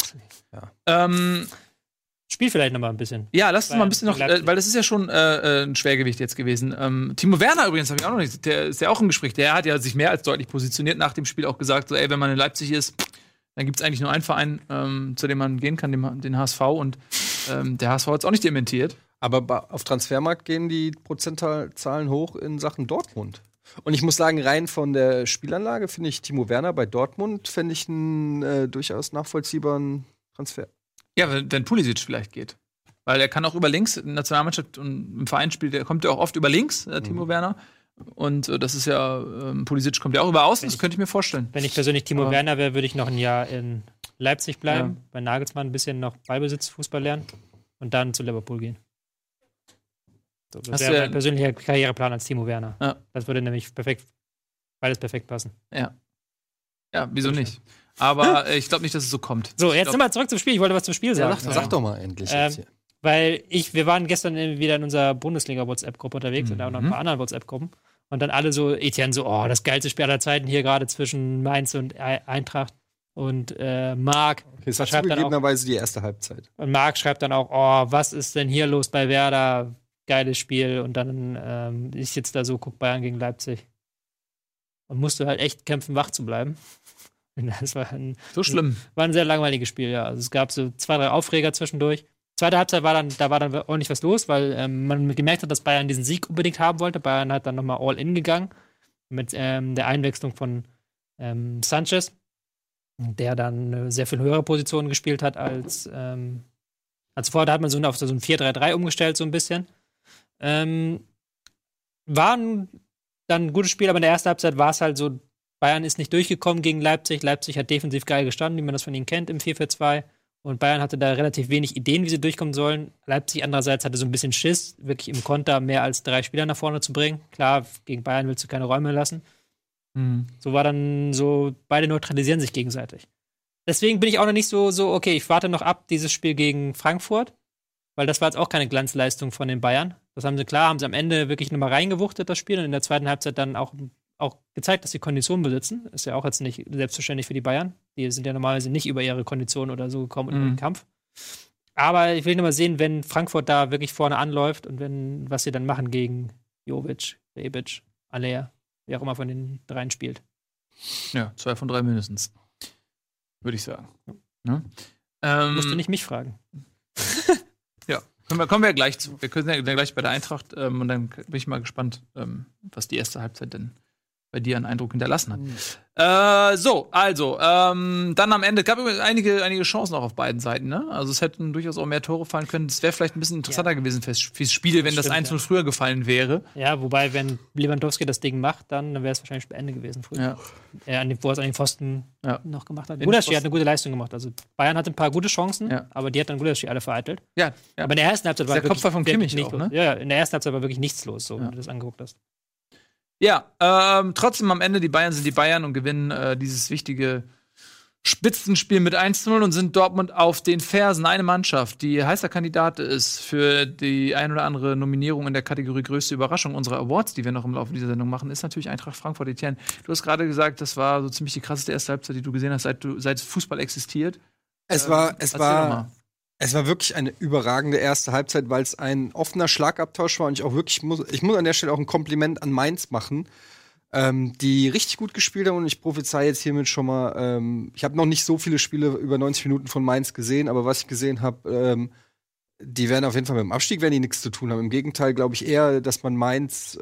Spiel vielleicht noch mal ein bisschen. Ja, lass uns mal ein bisschen noch, weil das ist ja schon ein Schwergewicht jetzt gewesen. Timo Werner übrigens, habe ich auch noch nicht, der ist ja auch im Gespräch. Der hat ja sich mehr als deutlich positioniert nach dem Spiel auch gesagt, so, ey, wenn man in Leipzig ist, dann gibt es eigentlich nur einen Verein, zu dem man gehen kann, den HSV. Und der HSV hat es auch nicht dementiert. Aber auf Transfermarkt gehen die Prozentzahlen hoch in Sachen Dortmund. Und ich muss sagen, rein von der Spielanlage finde ich Timo Werner bei Dortmund einen durchaus nachvollziehbaren Transfer. Ja, wenn Pulisic vielleicht geht. Weil er kann auch über links, in der Nationalmannschaft und im Vereinsspiel, der kommt ja auch oft über links, Timo Werner. Und das ist ja, Pulisic kommt ja auch über außen, das könnte ich mir vorstellen. Wenn ich persönlich Timo Werner wäre, würde ich noch ein Jahr in Leipzig bleiben, bei Nagelsmann ein bisschen noch Ballbesitz, Fußball lernen und dann zu Liverpool gehen. So, das wäre mein persönlicher Karriereplan als Timo Werner. Ja. Das würde nämlich beides perfekt passen. Ja. Ja, wieso nicht? Aber ich glaube nicht, dass es so kommt. So, jetzt sind wir zurück zum Spiel. Ich wollte was zum Spiel sagen. Sag doch mal endlich jetzt hier. Weil wir waren gestern wieder in unserer Bundesliga-WhatsApp-Gruppe unterwegs und auch noch ein paar anderen WhatsApp-Gruppen. Und dann alle so, Etienne so, das geilste Spiel aller Zeiten hier gerade zwischen Mainz und Eintracht. Und Marc. Okay, es war zugegebenerweise die erste Halbzeit. Und Marc schreibt dann auch, was ist denn hier los bei Werder? Geiles Spiel. Und dann ich sitze da so, guck Bayern gegen Leipzig. Und musste halt echt kämpfen, wach zu bleiben. Das war so schlimm. War ein sehr langweiliges Spiel, ja. Also es gab so 2, 3 Aufreger zwischendurch. Zweite Halbzeit war dann ordentlich was los, weil man gemerkt hat, dass Bayern diesen Sieg unbedingt haben wollte. Bayern hat dann nochmal All-In gegangen mit der Einwechslung von Sanchez, der dann eine sehr viel höhere Position gespielt hat als vorher. Da hat man auf so ein 4-3-3 umgestellt, so ein bisschen. War dann ein gutes Spiel, aber in der ersten Halbzeit war es halt so, Bayern ist nicht durchgekommen gegen Leipzig. Leipzig hat defensiv geil gestanden, wie man das von ihnen kennt, im 4-4-2. Und Bayern hatte da relativ wenig Ideen, wie sie durchkommen sollen. Leipzig andererseits hatte so ein bisschen Schiss, wirklich im Konter mehr als 3 Spieler nach vorne zu bringen. Klar, gegen Bayern willst du keine Räume lassen. So war dann so, beide neutralisieren sich gegenseitig. Deswegen bin ich auch noch nicht so, okay, ich warte noch ab, dieses Spiel gegen Frankfurt, weil das war jetzt auch keine Glanzleistung von den Bayern. Das haben sie am Ende wirklich nochmal reingewuchtet, das Spiel, und in der zweiten Halbzeit dann auch gezeigt, dass sie Konditionen besitzen. Ist ja auch jetzt nicht selbstverständlich für die Bayern. Die sind ja normalerweise nicht über ihre Konditionen oder so gekommen in den Kampf. Aber ich will nur mal sehen, wenn Frankfurt da wirklich vorne anläuft und was sie dann machen gegen Jovic, Rebic, Aller, wer auch immer von den dreien spielt. Ja, 2 von 3 mindestens. Würde ich sagen. Ja. Musst du nicht mich fragen. Ja, kommen wir gleich zu. Wir können ja gleich bei der Eintracht und dann bin ich mal gespannt, was die erste Halbzeit denn bei dir einen Eindruck hinterlassen hat. Dann am Ende gab es einige Chancen auch auf beiden Seiten, ne? Also es hätten durchaus auch mehr Tore fallen können. Es wäre vielleicht ein bisschen interessanter gewesen fürs Spiel, wenn das 1-0 früher gefallen wäre. Ja, wobei, wenn Lewandowski das Ding macht, dann wäre es wahrscheinlich Ende gewesen früher. Ja. Wo er es an den Pfosten noch gemacht hat. Gulaschi hat eine gute Leistung gemacht. Also Bayern hatte ein paar gute Chancen, aber die hat dann Gulaschi alle vereitelt. Ja. Aber in der ersten Halbzeit war der Kopf war von Kimmich auch, ne? Ja, in der ersten Halbzeit war wirklich nichts los, so wenn du das angeguckt hast. Ja, trotzdem am Ende, die Bayern sind die Bayern und gewinnen dieses wichtige Spitzenspiel mit 1-0 und sind Dortmund auf den Fersen. Eine Mannschaft, die heißer Kandidat ist für die ein oder andere Nominierung in der Kategorie größte Überraschung unserer Awards, die wir noch im Laufe dieser Sendung machen, ist natürlich Eintracht Frankfurt. Etienne, du hast gerade gesagt, das war so ziemlich die krasseste erste Halbzeit, die du gesehen hast, seit Fußball existiert. Es war wirklich eine überragende erste Halbzeit, weil es ein offener Schlagabtausch war und ich muss an der Stelle auch ein Kompliment an Mainz machen, die richtig gut gespielt haben und ich prophezei jetzt hiermit schon mal, ich habe noch nicht so viele Spiele über 90 Minuten von Mainz gesehen, aber was ich gesehen habe, die werden auf jeden Fall mit dem Abstieg nichts zu tun haben. Im Gegenteil glaube ich eher, dass man Mainz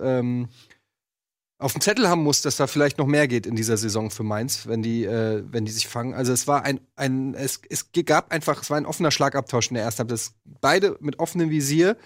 auf dem Zettel haben muss, dass da vielleicht noch mehr geht in dieser Saison für Mainz, wenn die sich fangen. Also es war es war ein offener Schlagabtausch in der ersten Halbzeit. Beide mit offenem Visier,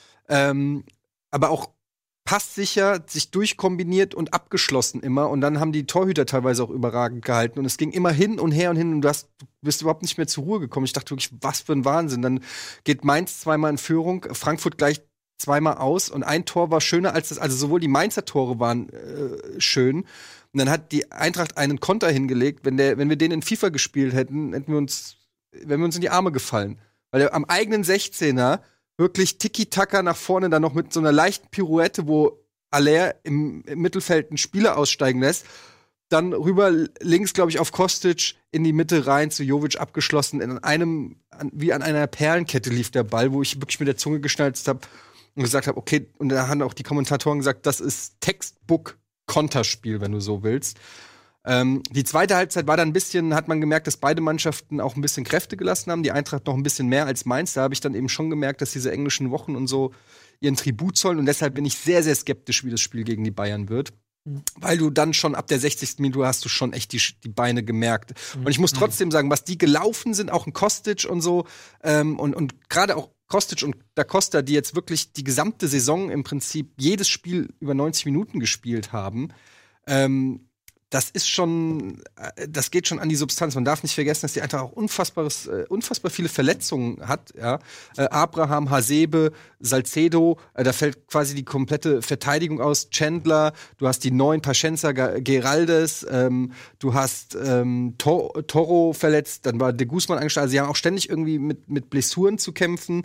aber auch passsicher, sich durchkombiniert und abgeschlossen immer. Und dann haben die Torhüter teilweise auch überragend gehalten. Und es ging immer hin und her und du bist überhaupt nicht mehr zur Ruhe gekommen. Ich dachte wirklich, was für ein Wahnsinn. Dann geht Mainz zweimal in Führung, Frankfurt gleich zweimal aus und ein Tor war schöner als das, also sowohl die Mainzer Tore waren schön und dann hat die Eintracht einen Konter hingelegt, wenn wir den in FIFA gespielt hätten, wären wir uns in die Arme gefallen, weil er am eigenen 16er wirklich Tiki-Taka nach vorne dann noch mit so einer leichten Pirouette, wo Aller im Mittelfeld einen Spieler aussteigen lässt, dann rüber links, glaube ich, auf Kostic in die Mitte rein zu Jovic abgeschlossen, wie an einer Perlenkette lief der Ball, wo ich wirklich mit der Zunge geschnalzt habe und gesagt habe, okay, und da haben auch die Kommentatoren gesagt, das ist Textbook-Konterspiel, wenn du so willst. Die zweite Halbzeit war dann hat man gemerkt, dass beide Mannschaften auch ein bisschen Kräfte gelassen haben, die Eintracht noch ein bisschen mehr als Mainz. Da habe ich dann eben schon gemerkt, dass diese englischen Wochen und so ihren Tribut zollen und deshalb bin ich sehr, sehr skeptisch, wie das Spiel gegen die Bayern wird. Weil du dann schon ab der 60. Minute hast du schon echt die Beine gemerkt. Und ich muss trotzdem sagen, was die gelaufen sind, auch ein Kostic und so, und gerade auch Kostic und Da Costa, die jetzt wirklich die gesamte Saison im Prinzip jedes Spiel über 90 Minuten gespielt haben, das geht schon an die Substanz. Man darf nicht vergessen, dass die Eintracht auch unfassbar viele Verletzungen hat. Ja? Abraham, Hasebe, Salcedo, da fällt quasi die komplette Verteidigung aus. Chandler, du hast die neuen Paschenza, Geraldes, du hast Toro verletzt, dann war de Guzman angestellt. Also sie haben auch ständig irgendwie mit Blessuren zu kämpfen.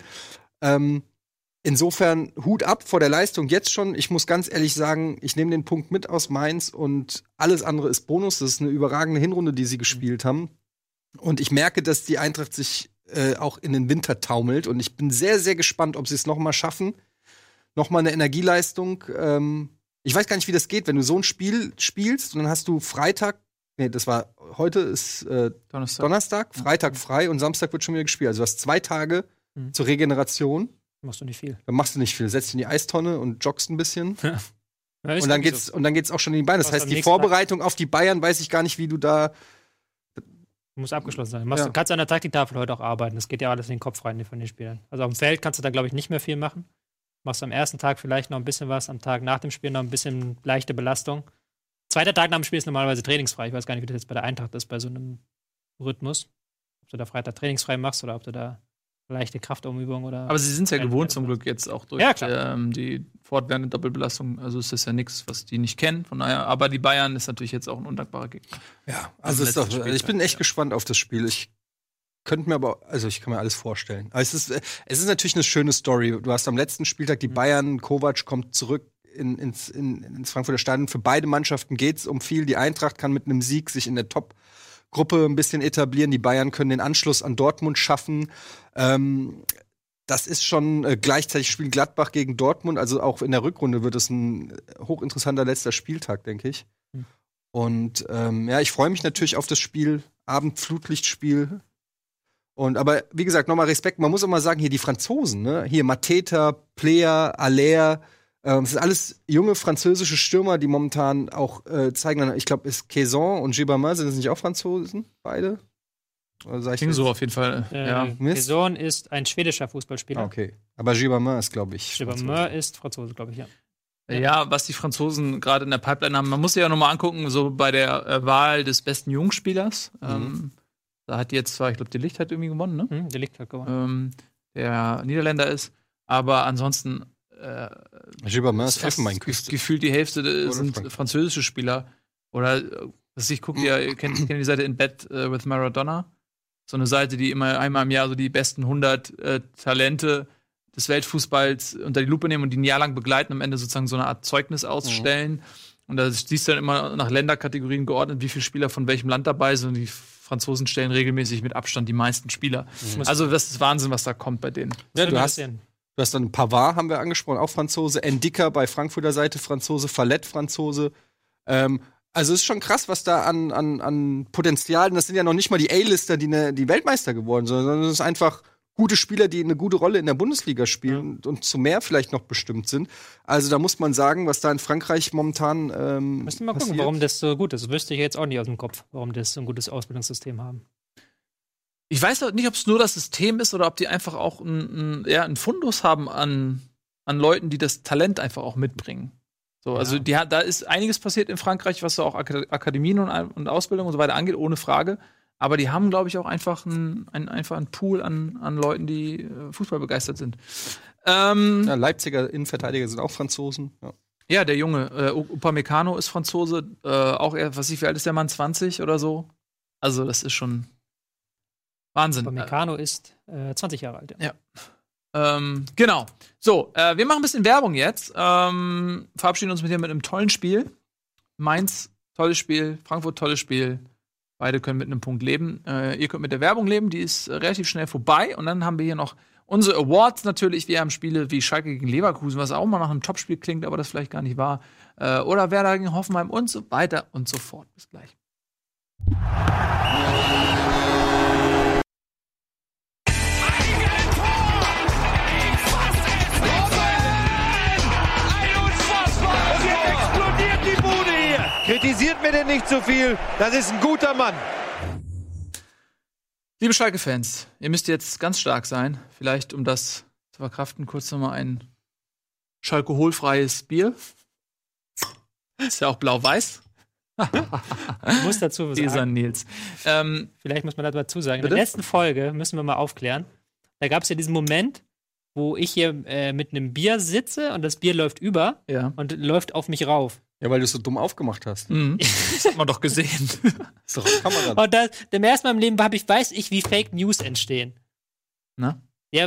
Insofern Hut ab vor der Leistung jetzt schon. Ich muss ganz ehrlich sagen, ich nehme den Punkt mit aus Mainz und alles andere ist Bonus. Das ist eine überragende Hinrunde, die sie gespielt haben. Und ich merke, dass die Eintracht sich auch in den Winter taumelt. Und ich bin sehr, sehr gespannt, ob sie es noch mal schaffen. Noch mal eine Energieleistung. Ich weiß gar nicht, wie das geht, wenn du so ein Spiel spielst und dann hast du heute ist Donnerstag, Freitag frei und Samstag wird schon wieder gespielt. Also du hast 2 Tage zur Regeneration. Machst du nicht viel. Dann machst du nicht viel. Setzt dich in die Eistonne und joggst ein bisschen. Ja, und dann geht's auch schon in die Beine. Das heißt, die Vorbereitung auf die Bayern weiß ich gar nicht, wie du da. Muss abgeschlossen sein. Du kannst an der Taktiktafel heute auch arbeiten. Das geht ja alles in den Kopf rein von den Spielern. Also auf dem Feld kannst du da, glaube ich, nicht mehr viel machen. Machst am ersten Tag vielleicht noch ein bisschen was, am Tag nach dem Spiel noch ein bisschen leichte Belastung. Zweiter Tag nach dem Spiel ist normalerweise trainingsfrei. Ich weiß gar nicht, wie das jetzt bei der Eintracht ist, bei so einem Rhythmus. Ob du da Freitag trainingsfrei machst oder ob du da leichte Kraftumübung oder. Aber sie sind es ja gewohnt zum Glück jetzt auch durch die fortwährende Doppelbelastung. Also ist das ja nichts, was die nicht kennen. Von daher, aber die Bayern ist natürlich jetzt auch ein undankbarer Gegner. Ja, also ich bin echt gespannt auf das Spiel. Ich kann mir alles vorstellen. Also es ist natürlich eine schöne Story. Du hast am letzten Spieltag die Bayern, Kovac kommt zurück ins Frankfurter Stadion. Für beide Mannschaften geht's um viel. Die Eintracht kann mit einem Sieg sich in der Top-Gruppe ein bisschen etablieren. Die Bayern können den Anschluss an Dortmund schaffen. Das ist schon gleichzeitig spielt Gladbach gegen Dortmund. Also auch in der Rückrunde wird es ein hochinteressanter letzter Spieltag, denke ich. Und ich freue mich natürlich auf das Spiel. Abendflutlichtspiel. Aber wie gesagt, nochmal Respekt. Man muss auch mal sagen, hier die Franzosen, ne? Hier Mateta, Player, Aller, Es sind alles junge französische Stürmer, die momentan auch zeigen, ich glaube, ist Quezon und Gibbermann, sind das nicht auch Franzosen, beide? Klingt so auf jeden Fall. Quezon ist ein schwedischer Fußballspieler. Okay. Aber Gibbermann ist, glaube ich, Gibbermann ist Franzose, glaube ich, ja. Ja, was die Franzosen gerade in der Pipeline haben, man muss sich ja nochmal angucken, so bei der Wahl des besten Jungspielers. Da hat jetzt zwar, ich glaube, De Ligt hat irgendwie gewonnen, ne? De Ligt hat gewonnen. Der Niederländer ist, aber ansonsten Gibbermann ist Elfenbeinküste. Gefühlt die Hälfte sind französische Spieler. Oder ich gucke ja, kennt die Seite In Bed with Maradona? So eine Seite, die immer einmal im Jahr so die besten 100 Talente des Weltfußballs unter die Lupe nehmen und die ein Jahr lang begleiten, am Ende sozusagen so eine Art Zeugnis ausstellen. Und da siehst du dann immer nach Länderkategorien geordnet, wie viele Spieler von welchem Land dabei sind. Und die Franzosen stellen regelmäßig mit Abstand die meisten Spieler. Also das ist Wahnsinn, was da kommt bei denen. Ja, du hast dann Pavard, haben wir angesprochen, auch Franzose. Ndika bei Frankfurter Seite Franzose, Fallett Franzose. Also es ist schon krass, was da an Potenzial, das sind ja noch nicht mal die A-Lister, die Weltmeister geworden sind, sondern es ist einfach gute Spieler, die eine gute Rolle in der Bundesliga spielen und zu mehr vielleicht noch bestimmt sind. Also da muss man sagen, was da in Frankreich momentan müssen wir mal gucken, warum das so gut ist. Das wüsste ich jetzt auch nicht aus dem Kopf, warum die so ein gutes Ausbildungssystem haben. Ich weiß auch nicht, ob es nur das System ist oder ob die einfach auch einen Fundus haben an Leuten, die das Talent einfach auch mitbringen. So, also da ist einiges passiert in Frankreich, was so auch Akademien und Ausbildung und so weiter angeht, ohne Frage. Aber die haben, glaube ich, auch einfach einen Pool an Leuten, die Fußball begeistert sind. Leipziger Innenverteidiger sind auch Franzosen. Ja, der Junge Upamecano ist Franzose. Auch wie alt ist der Mann? 20 oder so? Also, das ist schon Wahnsinn. Upamecano ist 20 Jahre alt. Ja. Genau. So, wir machen ein bisschen Werbung jetzt. Verabschieden uns mit einem tollen Spiel. Mainz, tolles Spiel. Frankfurt, tolles Spiel. Beide können mit einem Punkt leben. Ihr könnt mit der Werbung leben, die ist relativ schnell vorbei. Und dann haben wir hier noch unsere Awards natürlich. Wir haben Spiele wie Schalke gegen Leverkusen, was auch mal nach einem Topspiel klingt, aber das vielleicht gar nicht war. Oder Werder gegen Hoffenheim und so weiter und so fort. Bis gleich. Kritisiert mir denn nicht zu viel, das ist ein guter Mann. Liebe Schalke-Fans, ihr müsst jetzt ganz stark sein. Vielleicht, um das zu verkraften, kurz nochmal ein schalkoholfreies Bier. Ist ja auch blau-weiß. Ich muss dazu sagen, Nils. Vielleicht muss man dazu sagen, in der letzten Folge müssen wir mal aufklären, da gab es ja diesen Moment, wo ich hier mit einem Bier sitze und das Bier läuft über und läuft auf mich rauf. Ja, weil du es so dumm aufgemacht hast. Das hat man doch gesehen. Ist doch auf Kamera. Und dem ersten Mal im Leben weiß ich, wie Fake News entstehen. Na? Ja,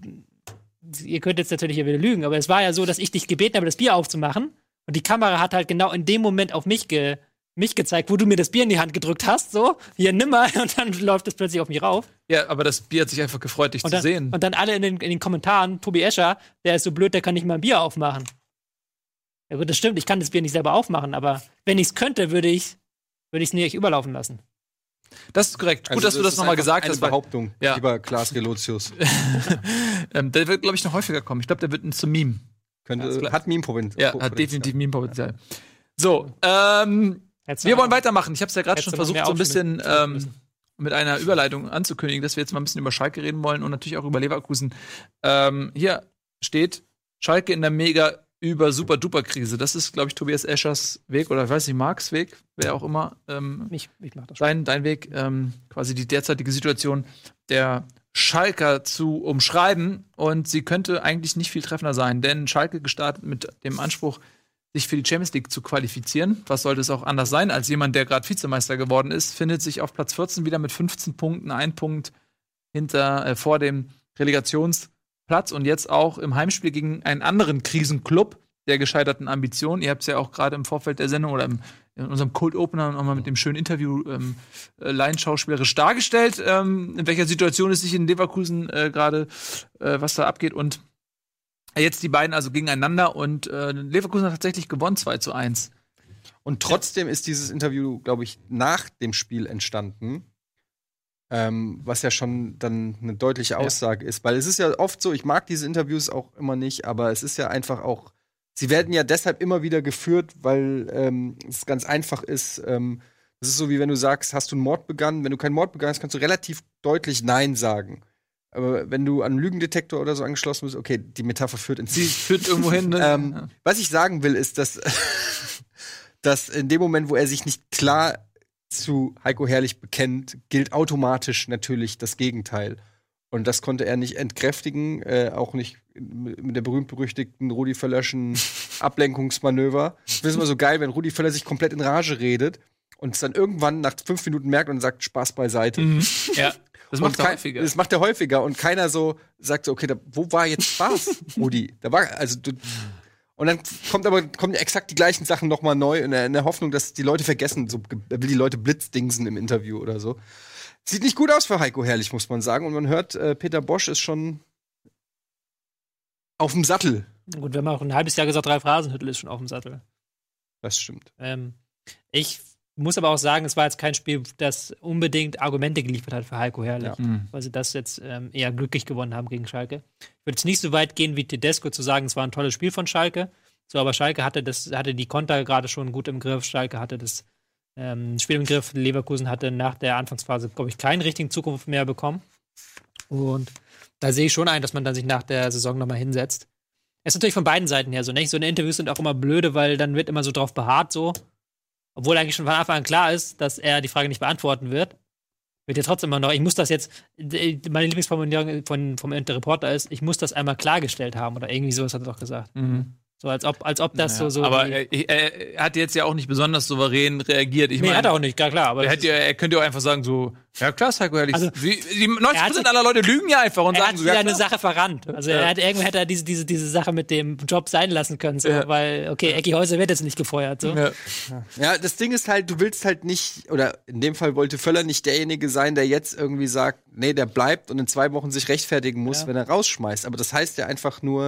ihr könnt jetzt natürlich hier wieder lügen, aber es war ja so, dass ich dich gebeten habe, das Bier aufzumachen. Und die Kamera hat halt genau in dem Moment auf mich gezeigt, wo du mir das Bier in die Hand gedrückt hast, so, hier, nimm mal, und dann läuft es plötzlich auf mich rauf. Ja, aber das Bier hat sich einfach gefreut, dich zu sehen. Und dann alle in den Kommentaren, Tobi Escher, der ist so blöd, der kann nicht mal ein Bier aufmachen. Ja gut, das stimmt, ich kann das Bier nicht selber aufmachen, aber wenn ich es könnte, würde ich es nicht überlaufen lassen. Das ist korrekt. Gut, dass du das nochmal gesagt hast. Eine Behauptung, lieber Klaas Relotius. Der wird, glaube ich, noch häufiger kommen. Ich glaube, der wird zum Meme. Hat Meme-Potenzial. Ja, hat definitiv Meme-Potenzial. So, wir wollen weitermachen. Ich habe es ja gerade schon versucht, so ein bisschen mit einer Überleitung anzukündigen, dass wir jetzt mal ein bisschen über Schalke reden wollen und natürlich auch über Leverkusen. Hier steht Schalke in der mega Super-Duper-Krise. Das ist, glaube ich, Tobias Eschers Weg oder ich weiß nicht, Marks Weg, wer auch immer. Ich mach das schon. Dein Weg, quasi die derzeitige Situation der Schalker zu umschreiben. Und sie könnte eigentlich nicht viel treffender sein, denn Schalke gestartet mit dem Anspruch, sich für die Champions League zu qualifizieren. Was sollte es auch anders sein, als jemand, der gerade Vizemeister geworden ist, findet sich auf Platz 14 wieder mit 15 Punkten, 1 Punkt vor dem Relegationsplatz und jetzt auch im Heimspiel gegen einen anderen Krisenclub der gescheiterten Ambitionen. Ihr habt es ja auch gerade im Vorfeld der Sendung oder in unserem Cold Opener nochmal mit dem schönen Interview laienschauspielerisch dargestellt, in welcher Situation es sich in Leverkusen gerade, was da abgeht. Und jetzt die beiden also gegeneinander und Leverkusen hat tatsächlich gewonnen 2:1. Und trotzdem ist dieses Interview, glaube ich, nach dem Spiel entstanden. Was ja schon dann eine deutliche Aussage ist. Weil es ist ja oft so, ich mag diese Interviews auch immer nicht, aber es ist ja einfach auch sie werden ja deshalb immer wieder geführt, weil es ganz einfach ist. Das ist so, wie wenn du sagst, hast du einen Mord begangen? Wenn du keinen Mord begangen hast, kannst du relativ deutlich Nein sagen. Aber wenn du an einen Lügendetektor oder so angeschlossen bist, okay, die Metapher führt ins Ziel. Führt irgendwo hin. Ne? Was ich sagen will, ist, dass in dem Moment, wo er sich nicht klar zu Heiko Herrlich bekennt, gilt automatisch natürlich das Gegenteil. Und das konnte er nicht entkräftigen, auch nicht mit der berühmt-berüchtigten Rudi Völlerschen Ablenkungsmanöver. Ich finde es immer so geil, wenn Rudi Völler sich komplett in Rage redet und es dann irgendwann nach 5 Minuten merkt und sagt, Spaß beiseite. Ja. Das macht er häufiger. Das macht er häufiger und keiner so sagt so, okay, wo war jetzt Spaß, Rudi? Und dann kommen exakt die gleichen Sachen nochmal neu in der Hoffnung, dass die Leute vergessen, so will die Leute blitzdingsen im Interview oder so. Sieht nicht gut aus für Heiko Herrlich, muss man sagen. Und man hört, Peter Bosch ist schon auf dem Sattel. Gut, wir haben auch ein halbes Jahr gesagt, Ralf Hasenhüttl ist schon auf dem Sattel. Das stimmt. Ich muss aber auch sagen, es war jetzt kein Spiel, das unbedingt Argumente geliefert hat für Heiko Herrlich, weil sie das jetzt eher glücklich gewonnen haben gegen Schalke. Ich würde jetzt nicht so weit gehen wie Tedesco zu sagen, es war ein tolles Spiel von Schalke. So, aber Schalke hatte die Konter gerade schon gut im Griff. Schalke hatte das Spiel im Griff. Leverkusen hatte nach der Anfangsphase, glaube ich, keinen richtigen Zukunft mehr bekommen. Und da sehe ich schon ein, dass man dann sich nach der Saison nochmal hinsetzt. Es ist natürlich von beiden Seiten her so, nicht? So eine Interviews sind auch immer blöde, weil dann wird immer so drauf beharrt, so. Obwohl eigentlich schon von Anfang an klar ist, dass er die Frage nicht beantworten wird. Wird ja trotzdem immer noch, ich muss das jetzt, meine Lieblingsformulierung vom Reporter ist, ich muss das einmal klargestellt haben oder irgendwie sowas hat er doch gesagt. So als ob das so. Aber er hat jetzt ja auch nicht besonders souverän reagiert. Ich meine, hat er auch nicht, klar. Aber er könnte ja auch einfach sagen so, ja klar, ist Heiko Herrlich. Also, die 90% aller Leute lügen ja einfach und er sagen hat so, wieder eine Sache verrannt. Also irgendwann hätte er diese Sache mit dem Job sein lassen können, so, weil, okay, Ecki Häuser wird jetzt nicht gefeuert. So. Ja, das Ding ist halt, du willst halt nicht, oder in dem Fall wollte Völler nicht derjenige sein, der jetzt irgendwie sagt, nee, der bleibt und in 2 Wochen sich rechtfertigen muss, wenn er rausschmeißt. Aber das heißt ja einfach nur,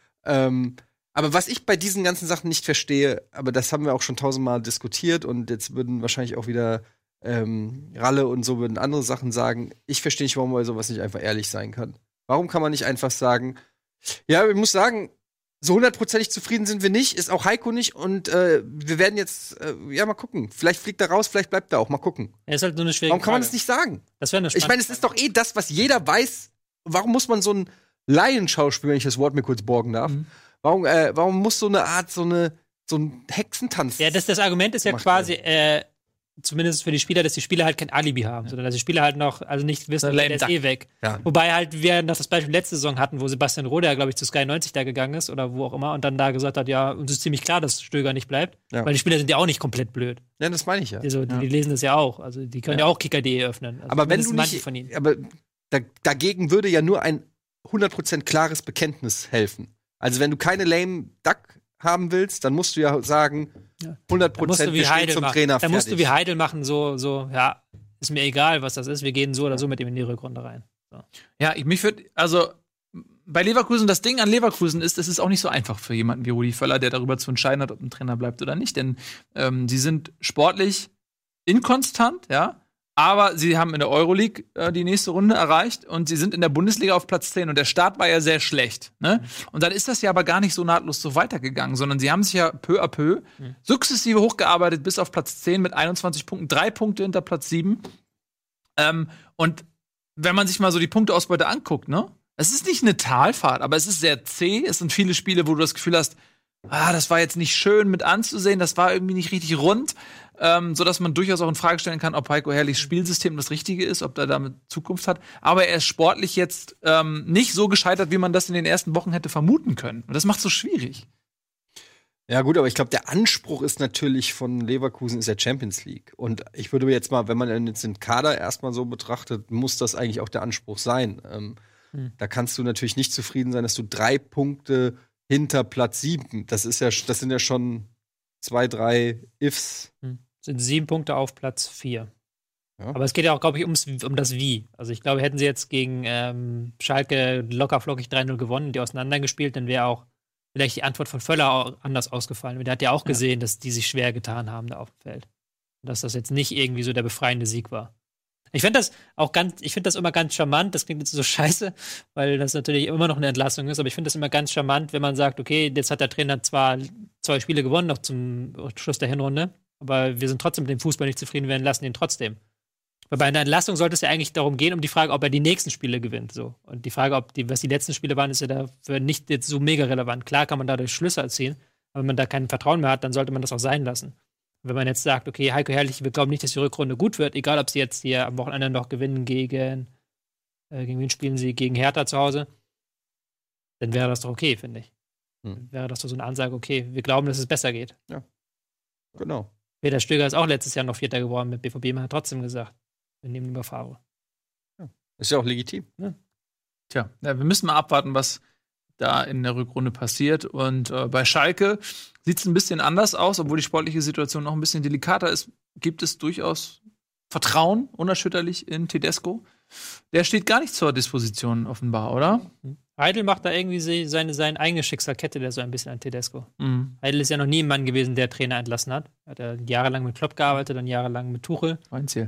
aber was ich bei diesen ganzen Sachen nicht verstehe, aber das haben wir auch schon 1000-mal diskutiert und jetzt würden wahrscheinlich auch wieder Ralle und so würden andere Sachen sagen. Ich verstehe nicht, warum man sowas nicht einfach ehrlich sein kann. Warum kann man nicht einfach sagen, ja, ich muss sagen, so 100%ig zufrieden sind wir nicht, ist auch Heiko nicht und wir werden jetzt, mal gucken. Vielleicht fliegt er raus, vielleicht bleibt er auch, mal gucken. Ist halt so eine schwierige Warum kann man Frage. das nicht sagen? Das wäre eine Ich meine, es ist doch das, was jeder weiß. Warum muss man so ein Laienschauspiel, wenn ich das Wort mir kurz borgen darf, warum muss so eine Art, so ein Hexentanz? Ja, das Argument ist ja quasi, zumindest für die Spieler, dass die Spieler halt kein Alibi haben, sondern dass die Spieler halt noch, also nicht wissen, der ist eh weg. Ja. Wobei halt wir noch das Beispiel letzte Saison hatten, wo Sebastian Rohde, glaube ich, zu Sky 90 da gegangen ist oder wo auch immer und dann da gesagt hat, ja, uns ist ziemlich klar, dass Stöger nicht bleibt, weil die Spieler sind ja auch nicht komplett blöd. Ja, das meine ich ja. Die lesen das ja auch, also die können ja auch kicker.de öffnen. Also aber wenn du nicht, von ihnen. Aber dagegen würde ja nur ein 100% klares Bekenntnis helfen. Also wenn du keine lame Duck haben willst, dann musst du ja sagen, 100% wir stehen zum Trainer fertig. Dann musst du wie Heidel machen, so, ja, ist mir egal, was das ist, wir gehen so oder so mit ihm in die Rückrunde rein. So. Ja, also bei Leverkusen, das Ding an Leverkusen ist, es ist auch nicht so einfach für jemanden wie Rudi Völler, der darüber zu entscheiden hat, ob ein Trainer bleibt oder nicht, denn sie sind sportlich inkonstant, ja, aber sie haben in der Euroleague die nächste Runde erreicht und sie sind in der Bundesliga auf Platz 10 und der Start war ja sehr schlecht. Ne? Und dann ist das ja aber gar nicht so nahtlos so weitergegangen, sondern sie haben sich ja peu à peu sukzessive hochgearbeitet bis auf Platz 10 mit 21 Punkten, 3 Punkte hinter Platz 7. Und wenn man sich mal so die Punkteausbeute anguckt, ne? Es ist nicht eine Talfahrt, aber es ist sehr zäh. Es sind viele Spiele, wo du das Gefühl hast, das war jetzt nicht schön mit anzusehen, das war irgendwie nicht richtig rund. Sodass man durchaus auch in Frage stellen kann, ob Heiko Herrlichs Spielsystem das Richtige ist, ob er damit Zukunft hat. Aber er ist sportlich jetzt nicht so gescheitert, wie man das in den ersten Wochen hätte vermuten können. Und das macht es so schwierig. Ja gut, aber ich glaube, der Anspruch ist natürlich von Leverkusen ist der Champions League. Und ich würde jetzt mal, wenn man jetzt den Kader erstmal so betrachtet, muss das eigentlich auch der Anspruch sein. Da kannst du natürlich nicht zufrieden sein, dass du 3 Punkte hinter Platz 7, das sind ja schon 2, 3 Ifs. Sind 7 Punkte auf Platz 4. Ja. Aber es geht ja auch, glaube ich, um das Wie. Also ich glaube, hätten sie jetzt gegen Schalke locker flockig 3-0 gewonnen, die auseinandergespielt, dann wäre auch vielleicht die Antwort von Völler auch anders ausgefallen. Der hat ja auch gesehen, dass die sich schwer getan haben da auf dem Feld. Und dass das jetzt nicht irgendwie so der befreiende Sieg war. Ich finde das immer ganz charmant. Das klingt jetzt so scheiße, weil das natürlich immer noch eine Entlassung ist, aber ich finde das immer ganz charmant, wenn man sagt, okay, jetzt hat der Trainer zwar 2 Spiele gewonnen, noch zum Schluss der Hinrunde, aber wir sind trotzdem mit dem Fußball nicht zufrieden, wir entlassen ihn trotzdem. Weil bei einer Entlassung sollte es ja eigentlich darum gehen, um die Frage, ob er die nächsten Spiele gewinnt. So. Und die Frage, was die letzten Spiele waren, ist ja dafür nicht jetzt so mega relevant. Klar kann man dadurch Schlüsse erzielen, aber wenn man da kein Vertrauen mehr hat, dann sollte man das auch sein lassen. Und wenn man jetzt sagt, okay, Heiko Herrlich, wir glauben nicht, dass die Rückrunde gut wird, egal ob sie jetzt hier am Wochenende noch gewinnen gegen wen spielen sie? Gegen Hertha zu Hause, dann wäre das doch okay, finde ich. Wäre das doch so eine Ansage, okay, wir glauben, dass es besser geht. Ja, genau. Peter Stöger ist auch letztes Jahr noch Vierter geworden mit BVB, man hat trotzdem gesagt, wir nehmen lieber Favre. Ja. Ist ja auch legitim. Ja. Tja, wir müssen mal abwarten, was da in der Rückrunde passiert. Und bei Schalke sieht es ein bisschen anders aus, obwohl die sportliche Situation noch ein bisschen delikater ist. Gibt es durchaus Vertrauen, unerschütterlich in Tedesco. Der steht gar nicht zur Disposition, offenbar, oder? Heidel macht da irgendwie sein eigenes Schicksal, kettet er so ein bisschen an Tedesco. Mhm. Heidel ist ja noch nie ein Mann gewesen, der Trainer entlassen hat. Hat er jahrelang mit Klopp gearbeitet, dann jahrelang mit Tuchel. Weinziel.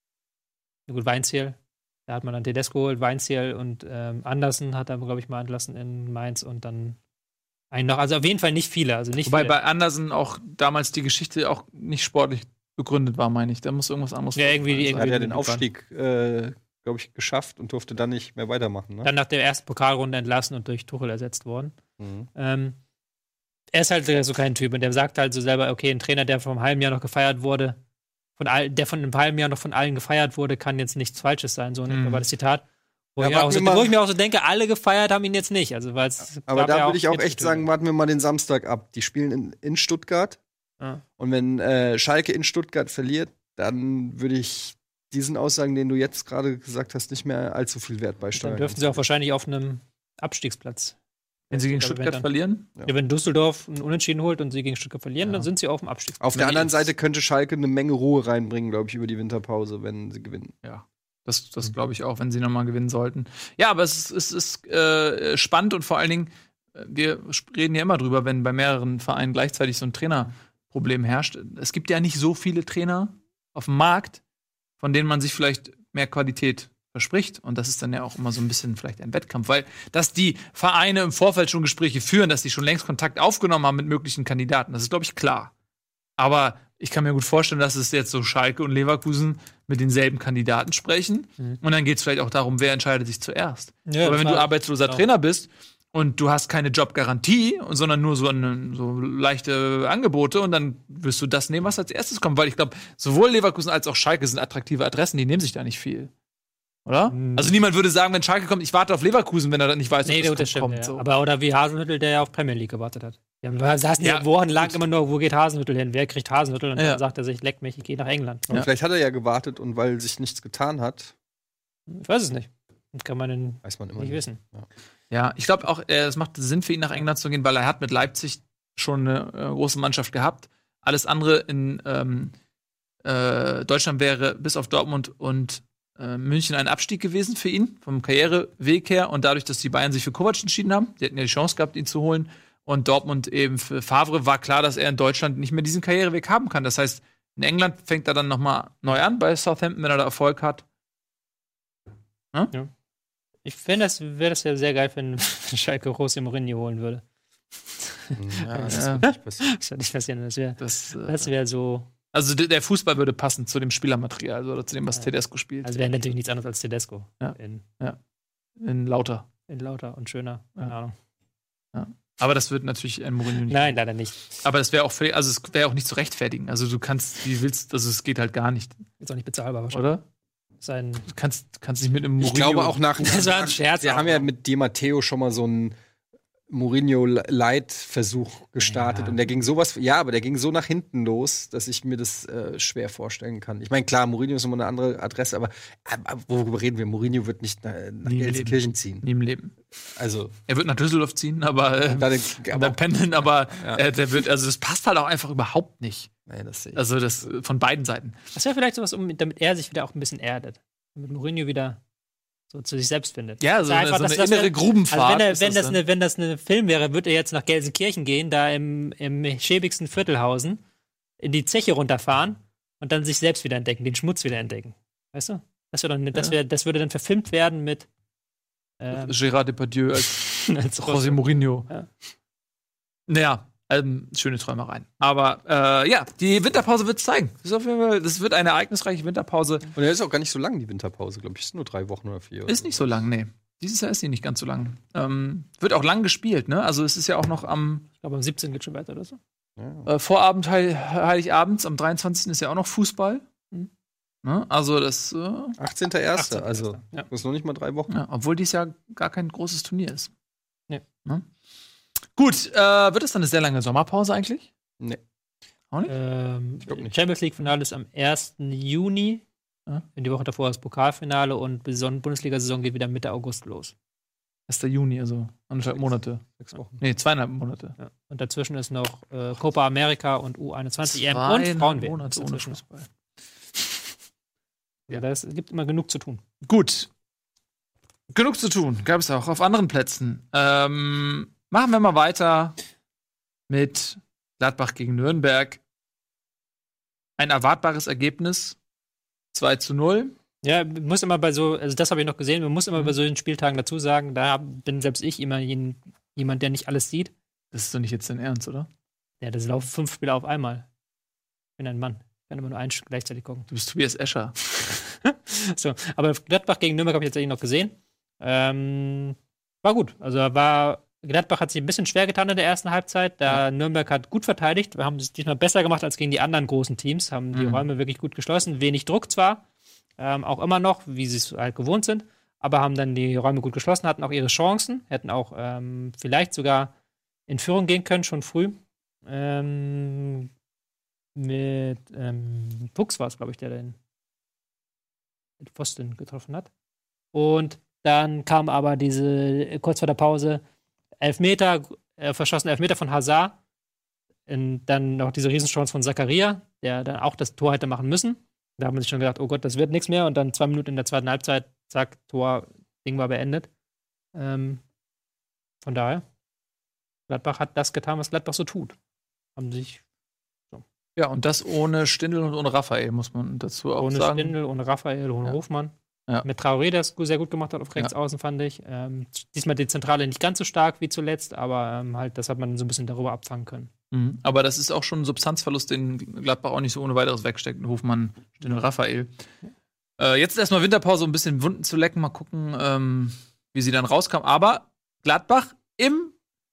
Ja, gut, Weinziel. Da hat man dann Tedesco geholt, Weinziel und Andersen hat er, glaube ich, mal entlassen in Mainz und dann einen noch. Also auf jeden Fall nicht viele. Also nicht Wobei viele. bei Andersen auch damals die Geschichte auch nicht sportlich begründet war, meine ich. Da muss irgendwas anderes Ja, irgendwie Er hat ja den Aufstieg, glaube ich, geschafft und durfte dann nicht mehr weitermachen. Ne? Dann nach der ersten Pokalrunde entlassen und durch Tuchel ersetzt worden. Er ist halt so kein Typ und der sagt halt so selber, okay, ein Trainer, der vor einem halben Jahr noch gefeiert wurde, der von einem halben Jahr noch von allen gefeiert wurde, kann jetzt nichts Falsches sein. So war das Zitat. Wo ich mir auch so denke, alle gefeiert haben ihn jetzt nicht. Also, aber da würde ich auch echt sagen, warten wir mal den Samstag ab. Die spielen in Stuttgart. Ja. Und wenn Schalke in Stuttgart verliert, dann würde ich diesen Aussagen, den du jetzt gerade gesagt hast, nicht mehr allzu viel Wert beisteuern. Dann dürften sie auch wahrscheinlich auf einem Abstiegsplatz. Wenn sie gegen Stuttgart verlieren? Ja, wenn Düsseldorf einen Unentschieden holt und sie gegen Stuttgart verlieren, dann sind sie auf dem Abstiegsplatz. Auf der anderen Seite könnte Schalke eine Menge Ruhe reinbringen, glaube ich, über die Winterpause, wenn sie gewinnen. Ja. Das glaube ich auch, wenn sie nochmal gewinnen sollten. Ja, aber es ist spannend und vor allen Dingen, wir reden ja immer drüber, wenn bei mehreren Vereinen gleichzeitig so ein Trainerproblem herrscht. Es gibt ja nicht so viele Trainer auf dem Markt, von denen man sich vielleicht mehr Qualität verspricht. Und das ist dann ja auch immer so ein bisschen vielleicht ein Wettkampf, weil dass die Vereine im Vorfeld schon Gespräche führen, dass die schon längst Kontakt aufgenommen haben mit möglichen Kandidaten, das ist, glaube ich, klar. Aber ich kann mir gut vorstellen, dass es jetzt so Schalke und Leverkusen mit denselben Kandidaten sprechen. Und dann geht es vielleicht auch darum, wer entscheidet sich zuerst. Ja, aber wenn du arbeitsloser Trainer bist und du hast keine Jobgarantie, sondern nur so leichte Angebote und dann wirst du das nehmen, was als erstes kommt. Weil ich glaube, sowohl Leverkusen als auch Schalke sind attraktive Adressen, die nehmen sich da nicht viel. Oder? Also niemand würde sagen, wenn Schalke kommt, ich warte auf Leverkusen, wenn er dann nicht weiß, ob das kommt. Ja. So. Aber oder wie Hasenhüttl, der ja auf Premier League gewartet hat. Wir saßen ja wochenlang immer nur, wo geht Hasenhüttl hin? Wer kriegt Hasenhüttl? Und dann sagt er sich, leck mich, ich gehe nach England. Und vielleicht hat er ja gewartet und weil sich nichts getan hat. Ich weiß es nicht. Das kann man weiß man immer nicht wissen. Ja, ich glaube auch, es macht Sinn für ihn, nach England zu gehen, weil er hat mit Leipzig schon eine große Mannschaft gehabt. Alles andere in Deutschland wäre bis auf Dortmund und München ein Abstieg gewesen für ihn, vom Karriereweg her. Und dadurch, dass die Bayern sich für Kovac entschieden haben, die hätten ja die Chance gehabt, ihn zu holen. Und Dortmund eben für Favre, war klar, dass er in Deutschland nicht mehr diesen Karriereweg haben kann. Das heißt, in England fängt er dann noch mal neu an bei Southampton, wenn er da Erfolg hat. Ja. Ich fände, wäre das ja sehr geil, wenn Schalke José Mourinho holen würde. Ja, das wird nicht passieren. Das wird nicht passieren. Das wäre so. Also der Fußball würde passen zu dem Spielermaterial, also oder zu dem, was Tedesco spielt. Also wäre natürlich nichts anderes als Tedesco. Ja. In Lauter. In Lauter und schöner, keine Ahnung. Ja. Aber das wird natürlich ein Mourinho nicht. Nein, leider nicht. Aber das wäre auch, also es wäre auch nicht zu rechtfertigen. Also du kannst, wie willst, also es geht halt gar nicht. Ist auch nicht bezahlbar wahrscheinlich. Oder? Du kannst nicht mit einem Mourinho. Ich glaube auch Das war ein Scherz. Wir haben ja mit Di Matteo schon mal so einen Mourinho-Light-Versuch gestartet und der ging aber der ging so nach hinten los, dass ich mir das schwer vorstellen kann. Ich meine, klar, Mourinho ist immer eine andere Adresse, aber worüber reden wir? Mourinho wird nicht nach Gelsenkirchen ziehen. Nie im Leben. Also er wird nach Düsseldorf ziehen, aber dann pendeln, aber der wird, also das passt halt auch einfach überhaupt nicht. Nein, das sehe ich. Also das von beiden Seiten. Das wäre vielleicht sowas, damit er sich wieder auch ein bisschen erdet. Damit Mourinho wieder so zu sich selbst findet. Ja, so eine innere Grubenfahrt. Also wenn das eine Film wäre, würde er jetzt nach Gelsenkirchen gehen, da im schäbigsten Viertelhausen, in die Zeche runterfahren und dann sich selbst wieder entdecken, den Schmutz wieder entdecken. Weißt du? Das würde dann verfilmt werden mit Gérard Depardieu als als José Mourinho. Ja. Naja, schöne Träumereien. Aber die Winterpause wird es zeigen. Das wird eine ereignisreiche Winterpause. Und er ist auch gar nicht so lang, die Winterpause, glaube ich. Ist nur 3 Wochen oder 4. Ist nicht so lang, nee. Dieses Jahr ist sie nicht ganz so lang. Wird auch lang gespielt, ne? Also es ist ja auch noch Ich glaube, am 17 geht schon weiter oder so. Vorabend, Heiligabends, am 23. ist ja auch noch Fußball. Ne? Also das 18.01. Also Ja. das ist noch nicht mal 3 Wochen. ja, obwohl dies Jahr gar kein großes Turnier ist. Nee. Ne? Gut, wird es dann eine sehr lange Sommerpause eigentlich? Nee. Auch nicht? glaub nicht. Champions League-Finale ist am 1. Juni. Ja. In die Woche davor das Pokalfinale und Bundesliga-Saison geht wieder Mitte August los. 1. Juni, also 1,5 Monate. 6 Wochen. Nee, 2,5 Monate. Ja. Und dazwischen ist noch Copa America und U21 EM und Frauenwelt. Monate ohne Dazwischen. Fußball. Ja, es gibt immer genug zu tun. Gut. Genug zu tun, gab es auch auf anderen Plätzen. Machen wir mal weiter mit Gladbach gegen Nürnberg. Ein erwartbares Ergebnis. 2:0. Ja, muss immer also das habe ich noch gesehen, man muss immer bei solchen Spieltagen dazu sagen, da bin selbst ich immer jemand, der nicht alles sieht. Das ist doch nicht jetzt dein Ernst, oder? Ja, das laufen 5 Spiele auf einmal. Ich bin ein Mann. Ich kann immer nur ein Stück gleichzeitig gucken. Du bist Tobias Escher. So, aber Gladbach gegen Nürnberg habe ich tatsächlich noch gesehen. War gut. Also Gladbach hat sich ein bisschen schwer getan in der ersten Halbzeit. Nürnberg hat gut verteidigt. Wir haben es diesmal besser gemacht als gegen die anderen großen Teams. Haben die Räume wirklich gut geschlossen. Wenig Druck zwar. Auch immer noch, wie sie es halt gewohnt sind. Aber haben dann die Räume gut geschlossen, hatten auch ihre Chancen. Hätten auch vielleicht sogar in Führung gehen können, schon früh. Mit Fuchs war es, glaube ich, der den mit Pfosten getroffen hat. Und dann kam aber kurz vor der Pause, verschossene Elfmeter von Hazard. Dann noch diese Riesenchance von Zakaria, der dann auch das Tor hätte machen müssen. Da haben wir sich schon gedacht, oh Gott, das wird nichts mehr. Und dann 2 Minuten in der zweiten Halbzeit, zack, Tor, Ding war beendet. Von daher, Gladbach hat das getan, was Gladbach so tut. Haben sich Ja, und das ohne Stindl und ohne Raphael, muss man dazu auch ohne sagen. Stindl, ohne Raphael, ohne Hofmann. Ja. Mit Traoré, der es sehr gut gemacht hat auf rechts außen, fand ich. Diesmal die Zentrale nicht ganz so stark wie zuletzt, aber halt, das hat man so ein bisschen darüber abfangen können. Aber das ist auch schon ein Substanzverlust, den Gladbach auch nicht so ohne weiteres wegsteckt. Hofmann, Stindl, Raphael. Jetzt erstmal Winterpause, um ein bisschen Wunden zu lecken. Mal gucken, wie sie dann rauskam. Aber Gladbach im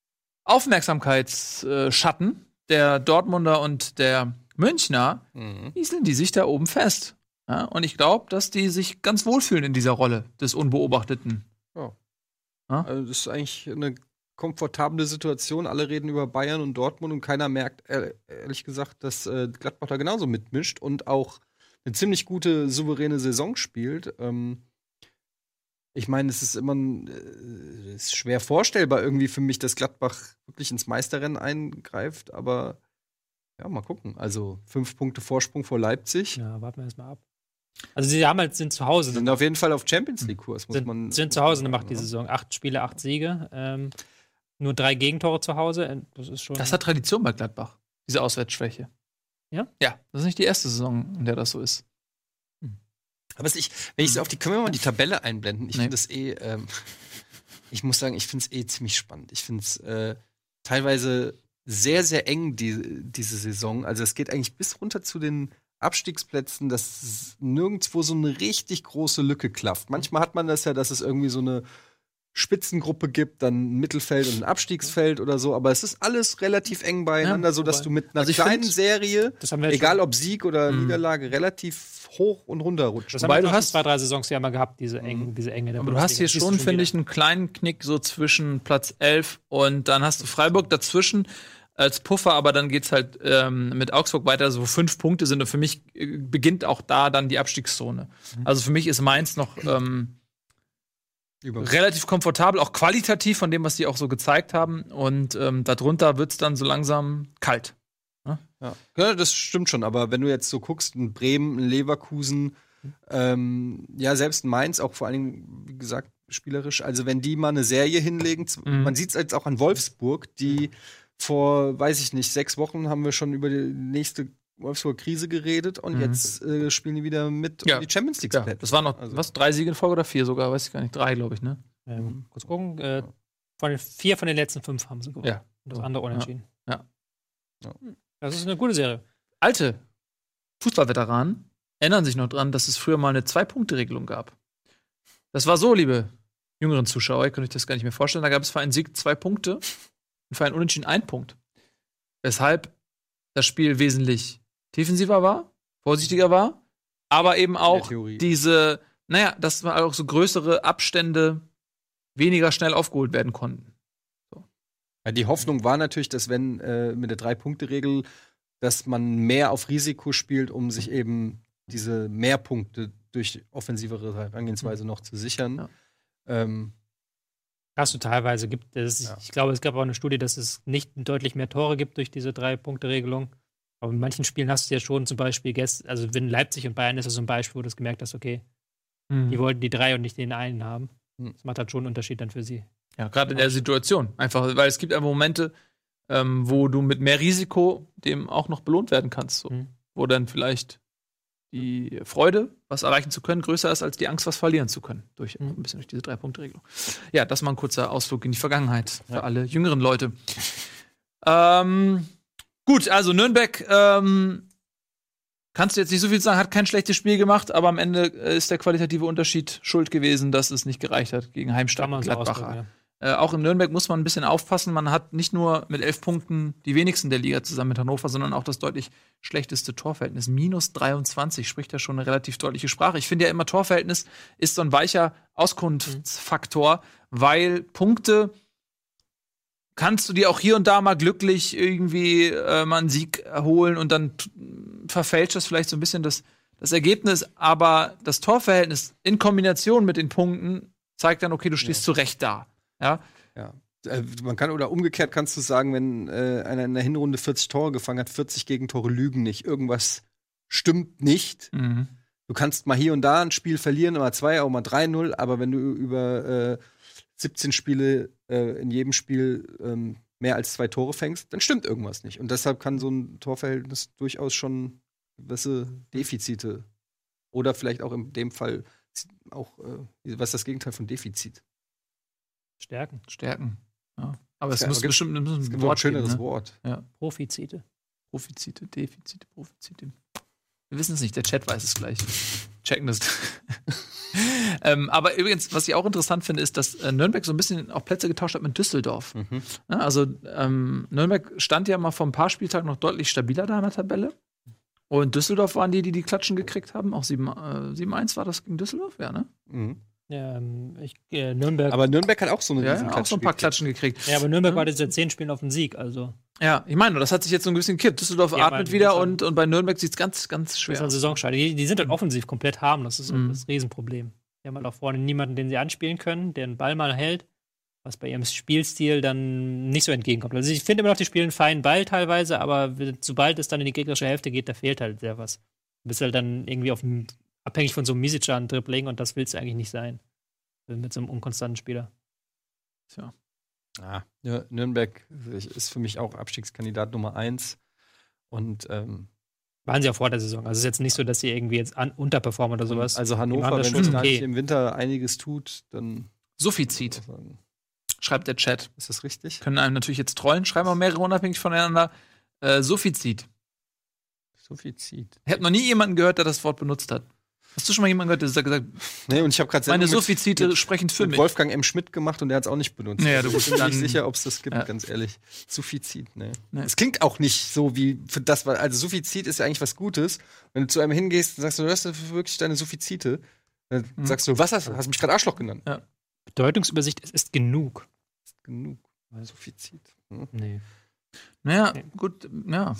Aufmerksamkeitsschatten der Dortmunder und der Münchner, hieseln die sich da oben fest. Ja, und ich glaube, dass die sich ganz wohlfühlen in dieser Rolle des Unbeobachteten. Also das ist eigentlich eine komfortable Situation. Alle reden über Bayern und Dortmund und keiner merkt, ehrlich gesagt, dass Gladbach da genauso mitmischt und auch eine ziemlich gute, souveräne Saison spielt. Ich meine, es ist immer ist schwer vorstellbar irgendwie für mich, dass Gladbach wirklich ins Meisterrennen eingreift, aber ja, mal gucken. Also 5 Punkte Vorsprung vor Leipzig. Ja, warten wir erstmal ab. Also sie sind zu Hause. Sind auf jeden Fall auf Champions League-Kurs, sind zu Hause gemacht die Saison. 8 Spiele, 8 Siege. Nur 3 Gegentore zu Hause. Das ist schon. Das hat Tradition bei Gladbach, diese Auswärtsschwäche. Ja? Ja, das ist nicht die erste Saison, in der das so ist. Aber können wir mal die Tabelle einblenden? Ich finde das ich muss sagen, ich finde es ziemlich spannend. Ich finde es teilweise sehr, sehr eng, diese Saison. Also es geht eigentlich bis runter zu den Abstiegsplätzen, dass nirgendwo so eine richtig große Lücke klafft. Manchmal hat man das ja, dass es irgendwie so eine Spitzengruppe gibt, dann ein Mittelfeld und ein Abstiegsfeld oder so, aber es ist alles relativ eng beieinander, so dass du mit einer kleinen Serie, egal ob Sieg oder Niederlage, relativ hoch und runter rutscht. Das haben wir hast 2, 3 Saisons ja mal gehabt, diese Enge der Aber du hast hier schon, finde ich, einen kleinen Knick so zwischen Platz 11 und dann hast du Freiburg dazwischen als Puffer, aber dann geht's halt mit Augsburg weiter, so 5 Punkte sind und für mich beginnt auch da dann die Abstiegszone. Also für mich ist Mainz noch relativ komfortabel, auch qualitativ von dem, was die auch so gezeigt haben. Und darunter wird's dann so langsam kalt. Ja, das stimmt schon. Aber wenn du jetzt so guckst, ein Bremen, ein Leverkusen, selbst ein Mainz, auch vor allen Dingen, wie gesagt, spielerisch. Also wenn die mal eine Serie hinlegen, man sieht es jetzt auch an Wolfsburg, die vor, weiß ich nicht, 6 Wochen haben wir schon über die nächste Wolfsburg Krise geredet und jetzt spielen die wieder mit Ja. um die Champions League. Ja, das waren noch, 3 Siege in Folge oder 4 sogar, weiß ich gar nicht. 3, glaube ich, ne? Kurz gucken. 4 von den letzten 5 haben sie gewonnen. Ja. Und das andere unentschieden. Ja. Das ist eine gute Serie. Alte Fußballveteranen erinnern sich noch dran, dass es früher mal eine 2-Punkte-Regelung gab. Das war so, liebe jüngeren Zuschauer, ihr könnt euch das gar nicht mehr vorstellen, da gab es für einen Sieg 2 Punkte und für einen Unentschieden 1 Punkt. Weshalb das Spiel wesentlich defensiver war, vorsichtiger war, aber eben auch diese, dass man auch so größere Abstände weniger schnell aufgeholt werden konnten. So. Ja, die Hoffnung war natürlich, dass wenn mit der 3-Punkte-Regel, dass man mehr auf Risiko spielt, um sich eben diese Mehrpunkte durch offensivere Herangehensweise noch zu sichern. Ja. Hast du teilweise gibt es, ich glaube, es gab auch eine Studie, dass es nicht deutlich mehr Tore gibt durch diese 3-Punkte-Regelung. Aber in manchen Spielen hast du ja schon zum Beispiel, also wenn Leipzig und Bayern ist das so ein Beispiel, wo du es gemerkt hast, okay, die wollten die 3 und nicht den einen haben. Das macht halt schon einen Unterschied dann für sie. Ja, gerade in der Situation. Einfach, weil es gibt einfach Momente, wo du mit mehr Risiko dem auch noch belohnt werden kannst. So. Wo dann vielleicht die Freude, was erreichen zu können, größer ist als die Angst, was verlieren zu können. Ein bisschen durch diese 3-Punkte-Regelung. Ja, das mal ein kurzer Ausflug in die Vergangenheit für alle jüngeren Leute. Gut, also Nürnberg kannst du jetzt nicht so viel sagen, hat kein schlechtes Spiel gemacht, aber am Ende ist der qualitative Unterschied schuld gewesen, dass es nicht gereicht hat gegen Heimstadt und Gladbacher. Auch in Nürnberg muss man ein bisschen aufpassen. Man hat nicht nur mit 11 Punkten die wenigsten der Liga zusammen mit Hannover, sondern auch das deutlich schlechteste Torverhältnis. -23 spricht ja schon eine relativ deutliche Sprache. Ich finde ja immer, Torverhältnis ist so ein weicher Auskunftsfaktor, weil Punkte kannst du dir auch hier und da mal glücklich irgendwie mal einen Sieg holen und dann verfälscht das vielleicht so ein bisschen das Ergebnis. Aber das Torverhältnis in Kombination mit den Punkten zeigt dann, okay, du stehst zu Recht da. Ja. Man kann, oder umgekehrt kannst du sagen, wenn einer in der Hinrunde 40 Tore gefangen hat, 40 Gegentore lügen nicht. Irgendwas stimmt nicht. Du kannst mal hier und da ein Spiel verlieren, mal 2, auch mal 3-0, aber wenn du über 17 Spiele in jedem Spiel mehr als 2 Tore fängst, dann stimmt irgendwas nicht. Und deshalb kann so ein Torverhältnis durchaus schon gewisse Defizite oder vielleicht auch in dem Fall auch, was ist das Gegenteil von Defizit? Stärken. Ja. Aber es muss bestimmt ein Wort schöneres geben, ne? Wort. Ja. Profizite, Defizite. Wir wissen es nicht, der Chat weiß es gleich. Checken das. Aber übrigens, was ich auch interessant finde, ist, dass Nürnberg so ein bisschen auch Plätze getauscht hat mit Düsseldorf. Ja, also Nürnberg stand ja mal vor ein paar Spieltagen noch deutlich stabiler da in der Tabelle. Und Düsseldorf waren die Klatschen gekriegt haben. Auch 7-1 war das gegen Düsseldorf, ja, ne? Nürnberg. Aber Nürnberg hat auch so auch so ein paar Klatschen gekriegt. Ja, aber Nürnberg war jetzt seit 10 Spielen auf den Sieg, also. Ja, ich meine, das hat sich jetzt so ein bisschen gekippt. Düsseldorf atmet wieder und bei Nürnberg sieht es ganz, ganz schwer aus. Das ist eine Saisonscheide. Die sind halt offensiv komplett harmlos. Das ist das Riesenproblem. Die haben halt auch vorne niemanden, den sie anspielen können, der den Ball mal hält, was bei ihrem Spielstil dann nicht so entgegenkommt. Also ich finde immer noch, die spielen einen feinen Ball teilweise, aber sobald es dann in die gegnerische Hälfte geht, da fehlt halt sehr was. Du bist halt dann irgendwie abhängig von so einem Misicjan-Dribbling und das willst du eigentlich nicht sein. Mit so einem unkonstanten Spieler. Tja. Ja, Nürnberg ist für mich auch Abstiegskandidat Nummer 1. Und waren sie auch vor der Saison. Also es ist jetzt nicht so, dass sie irgendwie jetzt unterperformen oder sowas. Also Hannover, wenn sich da nicht im Winter einiges tut, dann Suffizit. Schreibt der Chat. Ist das richtig? Können einem natürlich jetzt trollen. Schreiben auch mehrere unabhängig voneinander. Suffizit. Ich habe noch nie jemanden gehört, der das Wort benutzt hat. Hast du schon mal jemanden gehört, der gesagt hat, nee, und ich habe gerade meine Suffizite sprechen für mich. Wolfgang M. Schmidt gemacht und der hat es auch nicht benutzt. Naja, du bist ich bin nicht sicher, ob es das gibt, ganz ehrlich. Suffizit, ne. Nee. Es klingt auch nicht so wie für das, also Suffizit ist ja eigentlich was Gutes. Wenn du zu einem hingehst und sagst, du hast wirklich deine Suffizite, dann sagst du, was hast du mich gerade Arschloch genannt? Ja. Bedeutungsübersicht, es ist genug. Genug. Suffizit. Nee. Naja, gut, ja.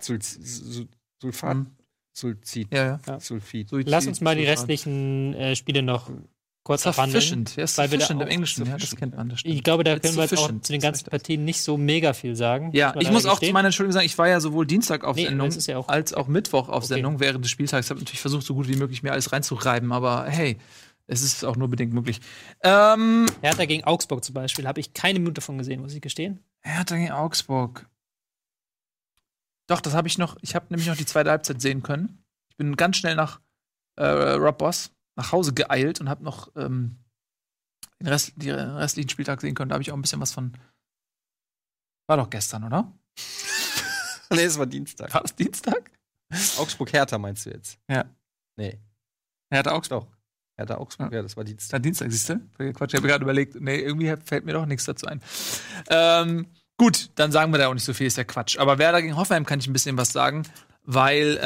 Sulfid. Ja. Sulfid. Lass uns mal die restlichen Spiele noch kurz abhandeln. Sufficient im Englischen, ja, das kennt man. Das ich glaube, da können wir jetzt auch zu den ganzen Partien nicht so mega viel sagen. Ja, ich muss auch zu meiner Entschuldigung sagen, ich war ja sowohl Dienstag auf Sendung ja als auch Mittwoch auf Sendung während des Spieltags. Ich habe natürlich versucht, so gut wie möglich mir alles reinzureiben, aber hey, es ist auch nur bedingt möglich. Hertha gegen Augsburg zum Beispiel, habe ich keine Minute von gesehen, muss ich gestehen. Hertha gegen Augsburg. Doch, das habe ich noch. Ich habe nämlich noch die zweite Halbzeit sehen können. Ich bin ganz schnell nach Rob Boss nach Hause geeilt und habe noch den restlichen Spieltag sehen können. Da habe ich auch ein bisschen was von. War doch gestern, oder? Nee, es war Dienstag. War das Dienstag? Augsburg-Hertha meinst du jetzt? Ja. Nee. Hertha Augsburg. Hertha Augsburg, ja, das war Dienstag. Dienstag, siehst du? Quatsch, ich habe gerade überlegt, nee, irgendwie fällt mir doch nichts dazu ein. Gut, dann sagen wir da auch nicht so viel, ist ja Quatsch. Aber Werder gegen Hoffenheim kann ich ein bisschen was sagen, weil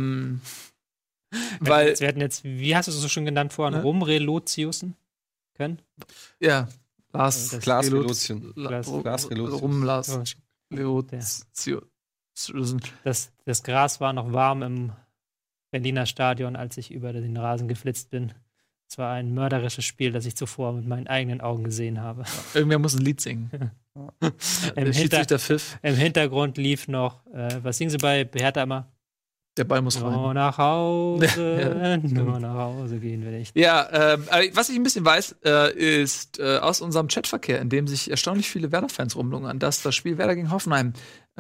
wir hatten jetzt, wie hast du es so schon genannt vorhin, ne? Rumrelotiusen können? Ja, Lars Glas-Relotien. Das Gras war noch warm im Berliner Stadion, als ich über den Rasen geflitzt bin. Es war ein mörderisches Spiel, das ich zuvor mit meinen eigenen Augen gesehen habe. Irgendwer muss ein Lied singen. Im Hintergrund lief noch, was singen sie bei Hertha immer? Der Ball muss rein. Nur nach Hause, nur nach Hause gehen wir nicht. Ja, was ich ein bisschen weiß, ist aus unserem Chatverkehr, in dem sich erstaunlich viele Werder-Fans rumlungern, dass das Spiel Werder gegen Hoffenheim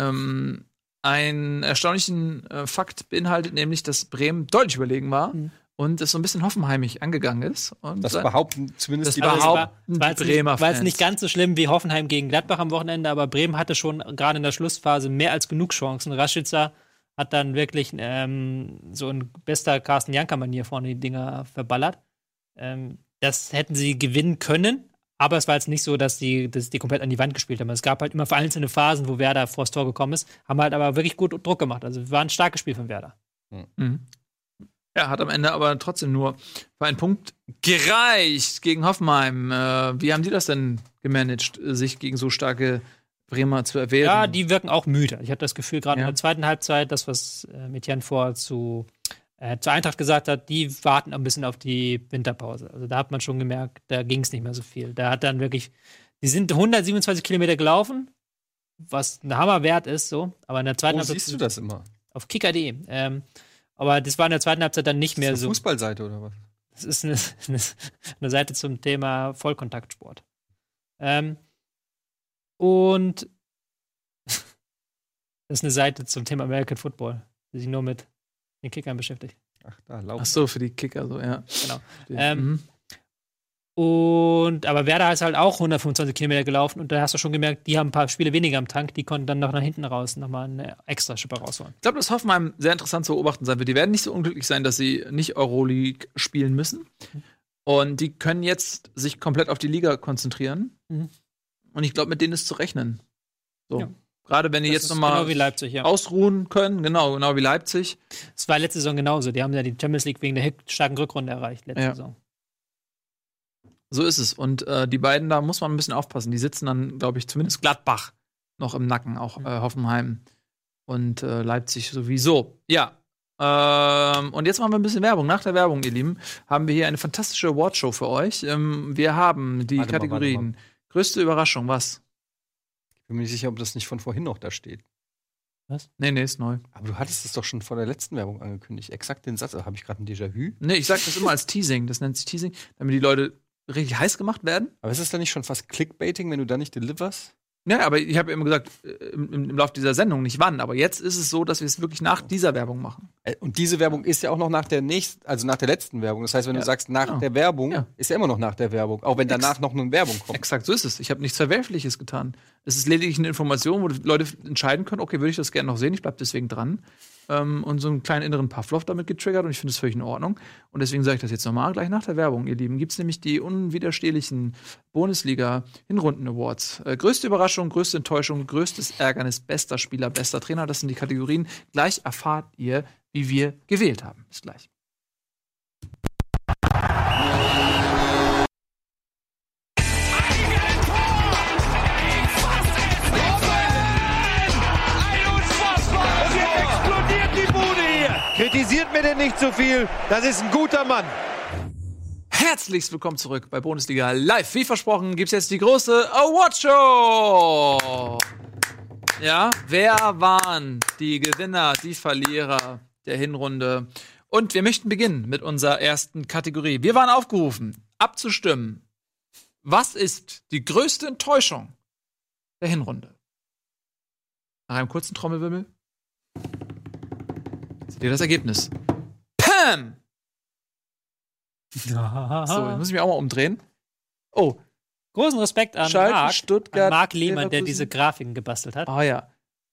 einen erstaunlichen Fakt beinhaltet, nämlich, dass Bremen deutlich überlegen war und es so ein bisschen hoffenheimig angegangen ist. Und das behaupten zumindest die Bremer Fans. War es nicht ganz so schlimm wie Hoffenheim gegen Gladbach am Wochenende, aber Bremen hatte schon gerade in der Schlussphase mehr als genug Chancen. Rashica hat dann wirklich so in bester Carsten Janker-Manier vorne die Dinger verballert. Das hätten sie gewinnen können, aber es war jetzt nicht so, dass die komplett an die Wand gespielt haben. Es gab halt immer vereinzelte Phasen, wo Werder vors Tor gekommen ist, haben halt aber wirklich gut Druck gemacht. Also war ein starkes Spiel von Werder. Mhm. Ja, hat am Ende aber trotzdem nur für einen Punkt gereicht gegen Hoffenheim. Wie haben die das denn gemanagt, sich gegen so starke Bremer zu erwehren? Ja, die wirken auch müde. Ich hatte das Gefühl, gerade in der zweiten Halbzeit, das, was Etienne vor zur Eintracht gesagt hat, die warten ein bisschen auf die Winterpause. Also da hat man schon gemerkt, da ging es nicht mehr so viel. Da hat dann wirklich, die sind 127 Kilometer gelaufen, was ein Hammerwert ist, so. Aber in der zweiten Halbzeit. Wo siehst du das immer? Auf kicker.de. Aber das war in der zweiten Halbzeit dann nicht mehr so. Fußballseite oder was? Das ist eine Seite zum Thema Vollkontaktsport. Und das ist eine Seite zum Thema American Football, die sich nur mit den Kickern beschäftigt. Ach, da laufen. Ach so, für die Kicker, so, ja. Genau. Aber Werder ist halt auch 125 Kilometer gelaufen und da hast du schon gemerkt, die haben ein paar Spiele weniger am Tank, die konnten dann noch nach hinten raus nochmal eine extra Schippe rausholen. Ich glaube, dass Hoffenheim sehr interessant zu beobachten sein wird. Die werden nicht so unglücklich sein, dass sie nicht Euroleague spielen müssen. Und die können jetzt sich komplett auf die Liga konzentrieren. Und ich glaube, mit denen ist zu rechnen. So. Ja. Gerade wenn die jetzt nochmal ausruhen können, genau wie Leipzig. Es war letzte Saison genauso. Die haben ja die Champions League wegen der starken Rückrunde erreicht, letzte Saison. So ist es. Und die beiden, da muss man ein bisschen aufpassen. Die sitzen dann, glaube ich, zumindest Gladbach noch im Nacken, auch Hoffenheim und Leipzig sowieso. Ja. Und jetzt machen wir ein bisschen Werbung. Nach der Werbung, ihr Lieben, haben wir hier eine fantastische Awardshow für euch. Wir haben die Kategorien. Größte Überraschung, was? Ich bin mir nicht sicher, ob das nicht von vorhin noch da steht. Was? Nee, ist neu. Aber du hattest es doch schon vor der letzten Werbung angekündigt. Exakt den Satz. Habe ich gerade ein Déjà-vu? Nee, ich sag das immer als Teasing. Das nennt sich Teasing, damit die Leute richtig heiß gemacht werden. Aber ist es dann nicht schon fast Clickbaiting, wenn du da nicht deliverst? Ja, aber ich habe immer gesagt, im Laufe dieser Sendung, nicht wann. Aber jetzt ist es so, dass wir es wirklich nach dieser Werbung machen. Und diese Werbung ist ja auch noch nach der letzten Werbung. Das heißt, wenn du sagst, nach der Werbung, ist ja immer noch nach der Werbung. Auch wenn danach noch eine Werbung kommt. Exakt, so ist es. Ich habe nichts Verwerfliches getan. Es ist lediglich eine Information, wo die Leute entscheiden können, okay, würde ich das gerne noch sehen, ich bleibe deswegen dran. Und so einen kleinen inneren Pavlov damit getriggert und ich finde es völlig in Ordnung. Und deswegen sage ich das jetzt nochmal, gleich nach der Werbung, ihr Lieben, gibt es nämlich die unwiderstehlichen Bundesliga-Hinrunden-Awards. Größte Überraschung, größte Enttäuschung, größtes Ärgernis, bester Spieler, bester Trainer, das sind die Kategorien. Gleich erfahrt ihr, wie wir gewählt haben. Bis gleich. Kritisiert mir denn nicht so viel, das ist ein guter Mann. Herzlich willkommen zurück bei Bundesliga Live. Wie versprochen gibt's jetzt die große Awardshow. Ja, wer waren die Gewinner, die Verlierer der Hinrunde? Und wir möchten beginnen mit unserer ersten Kategorie. Wir waren aufgerufen, abzustimmen. Was ist die größte Enttäuschung der Hinrunde? Nach einem kurzen Trommelwirbel. Seht ihr das Ergebnis? Pam! So, jetzt muss ich mich auch mal umdrehen. Oh, Großen Respekt an Schalke, Marc, Stuttgart, an Marc Lehmann, der Leverkusen. diese Grafiken gebastelt hat. Ja.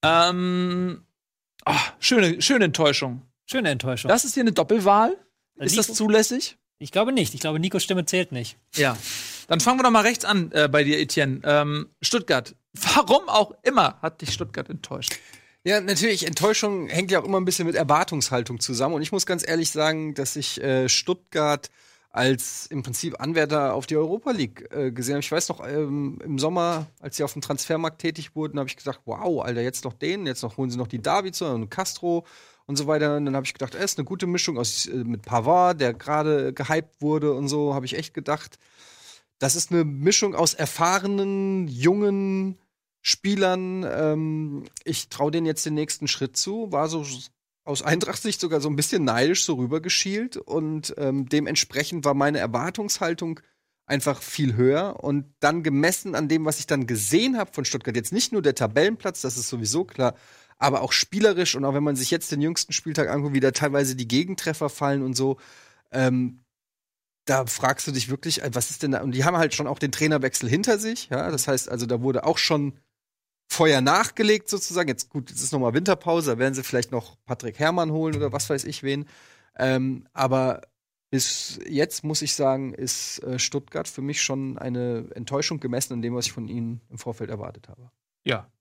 Schöne Enttäuschung. Schöne Enttäuschung. Das ist hier eine Doppelwahl. Ist das Nico? zulässig? Ich glaube nicht. Ich glaube, Nikos Stimme zählt nicht. Ja. Dann fangen wir doch mal rechts an bei dir, Etienne. Stuttgart. Warum auch immer hat dich Stuttgart enttäuscht? Ja, natürlich, Enttäuschung hängt ja auch immer ein bisschen mit Erwartungshaltung zusammen. Und ich muss ganz ehrlich sagen, dass ich Stuttgart als im Prinzip Anwärter auf die Europa League gesehen habe. Ich weiß noch, im Sommer, als sie auf dem Transfermarkt tätig wurden, habe ich gesagt, wow, Alter, jetzt noch holen sie noch die Davidson und Castro und so weiter. Und dann habe ich gedacht, ist eine gute Mischung mit Pavard, der gerade gehypt wurde und so, habe ich echt gedacht, das ist eine Mischung aus erfahrenen, jungen Spielern. Ich traue denen jetzt den nächsten Schritt zu. War so aus Eintracht-Sicht sogar so ein bisschen neidisch so rübergeschielt. Und dementsprechend war meine Erwartungshaltung einfach viel höher. Und dann gemessen an dem, was ich dann gesehen habe von Stuttgart, jetzt nicht nur der Tabellenplatz, das ist sowieso klar, aber auch spielerisch. Und auch wenn man sich jetzt den jüngsten Spieltag anguckt, wie da teilweise die Gegentreffer fallen und so, da fragst du dich wirklich, was ist denn da? Und die haben halt schon auch den Trainerwechsel hinter sich. Ja? Das heißt, also da wurde auch schon Feuer nachgelegt sozusagen. Jetzt ist noch mal Winterpause, da werden sie vielleicht noch Patrick Herrmann holen oder was weiß ich wen. Aber bis jetzt, muss ich sagen, ist Stuttgart für mich schon eine Enttäuschung gemessen an dem, was ich von ihnen im Vorfeld erwartet habe. Ja.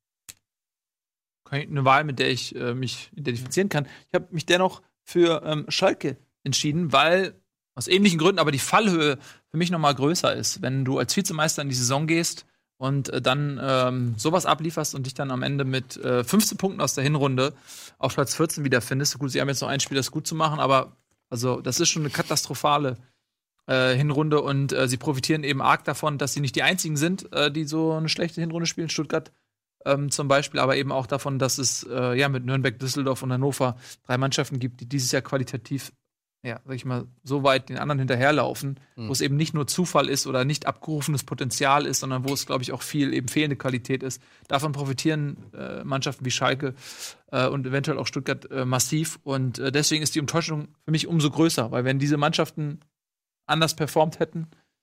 Eine Wahl, mit der ich mich identifizieren kann. Ich habe mich dennoch für Schalke entschieden, weil aus ähnlichen Gründen, aber die Fallhöhe für mich noch mal größer ist. Wenn du als Vizemeister in die Saison gehst und dann sowas ablieferst und dich dann am Ende mit 15 Punkten aus der Hinrunde auf Platz 14 wiederfindest. Gut, sie haben jetzt noch ein Spiel, das gut zu machen, aber also das ist schon eine katastrophale Hinrunde und sie profitieren eben arg davon, dass sie nicht die einzigen sind, die so eine schlechte Hinrunde spielen. Stuttgart zum Beispiel, aber eben auch davon, dass es mit Nürnberg, Düsseldorf und Hannover 3 Mannschaften gibt, die dieses Jahr qualitativ sag ich mal, so weit den anderen hinterherlaufen, wo es eben nicht nur Zufall ist oder nicht abgerufenes Potenzial ist, sondern wo es, glaube ich, auch viel eben fehlende Qualität ist. Davon profitieren Mannschaften wie Schalke und eventuell auch Stuttgart massiv. Und deswegen ist die Enttäuschung für mich umso größer, weil wenn diese Mannschaften anders performt hätten,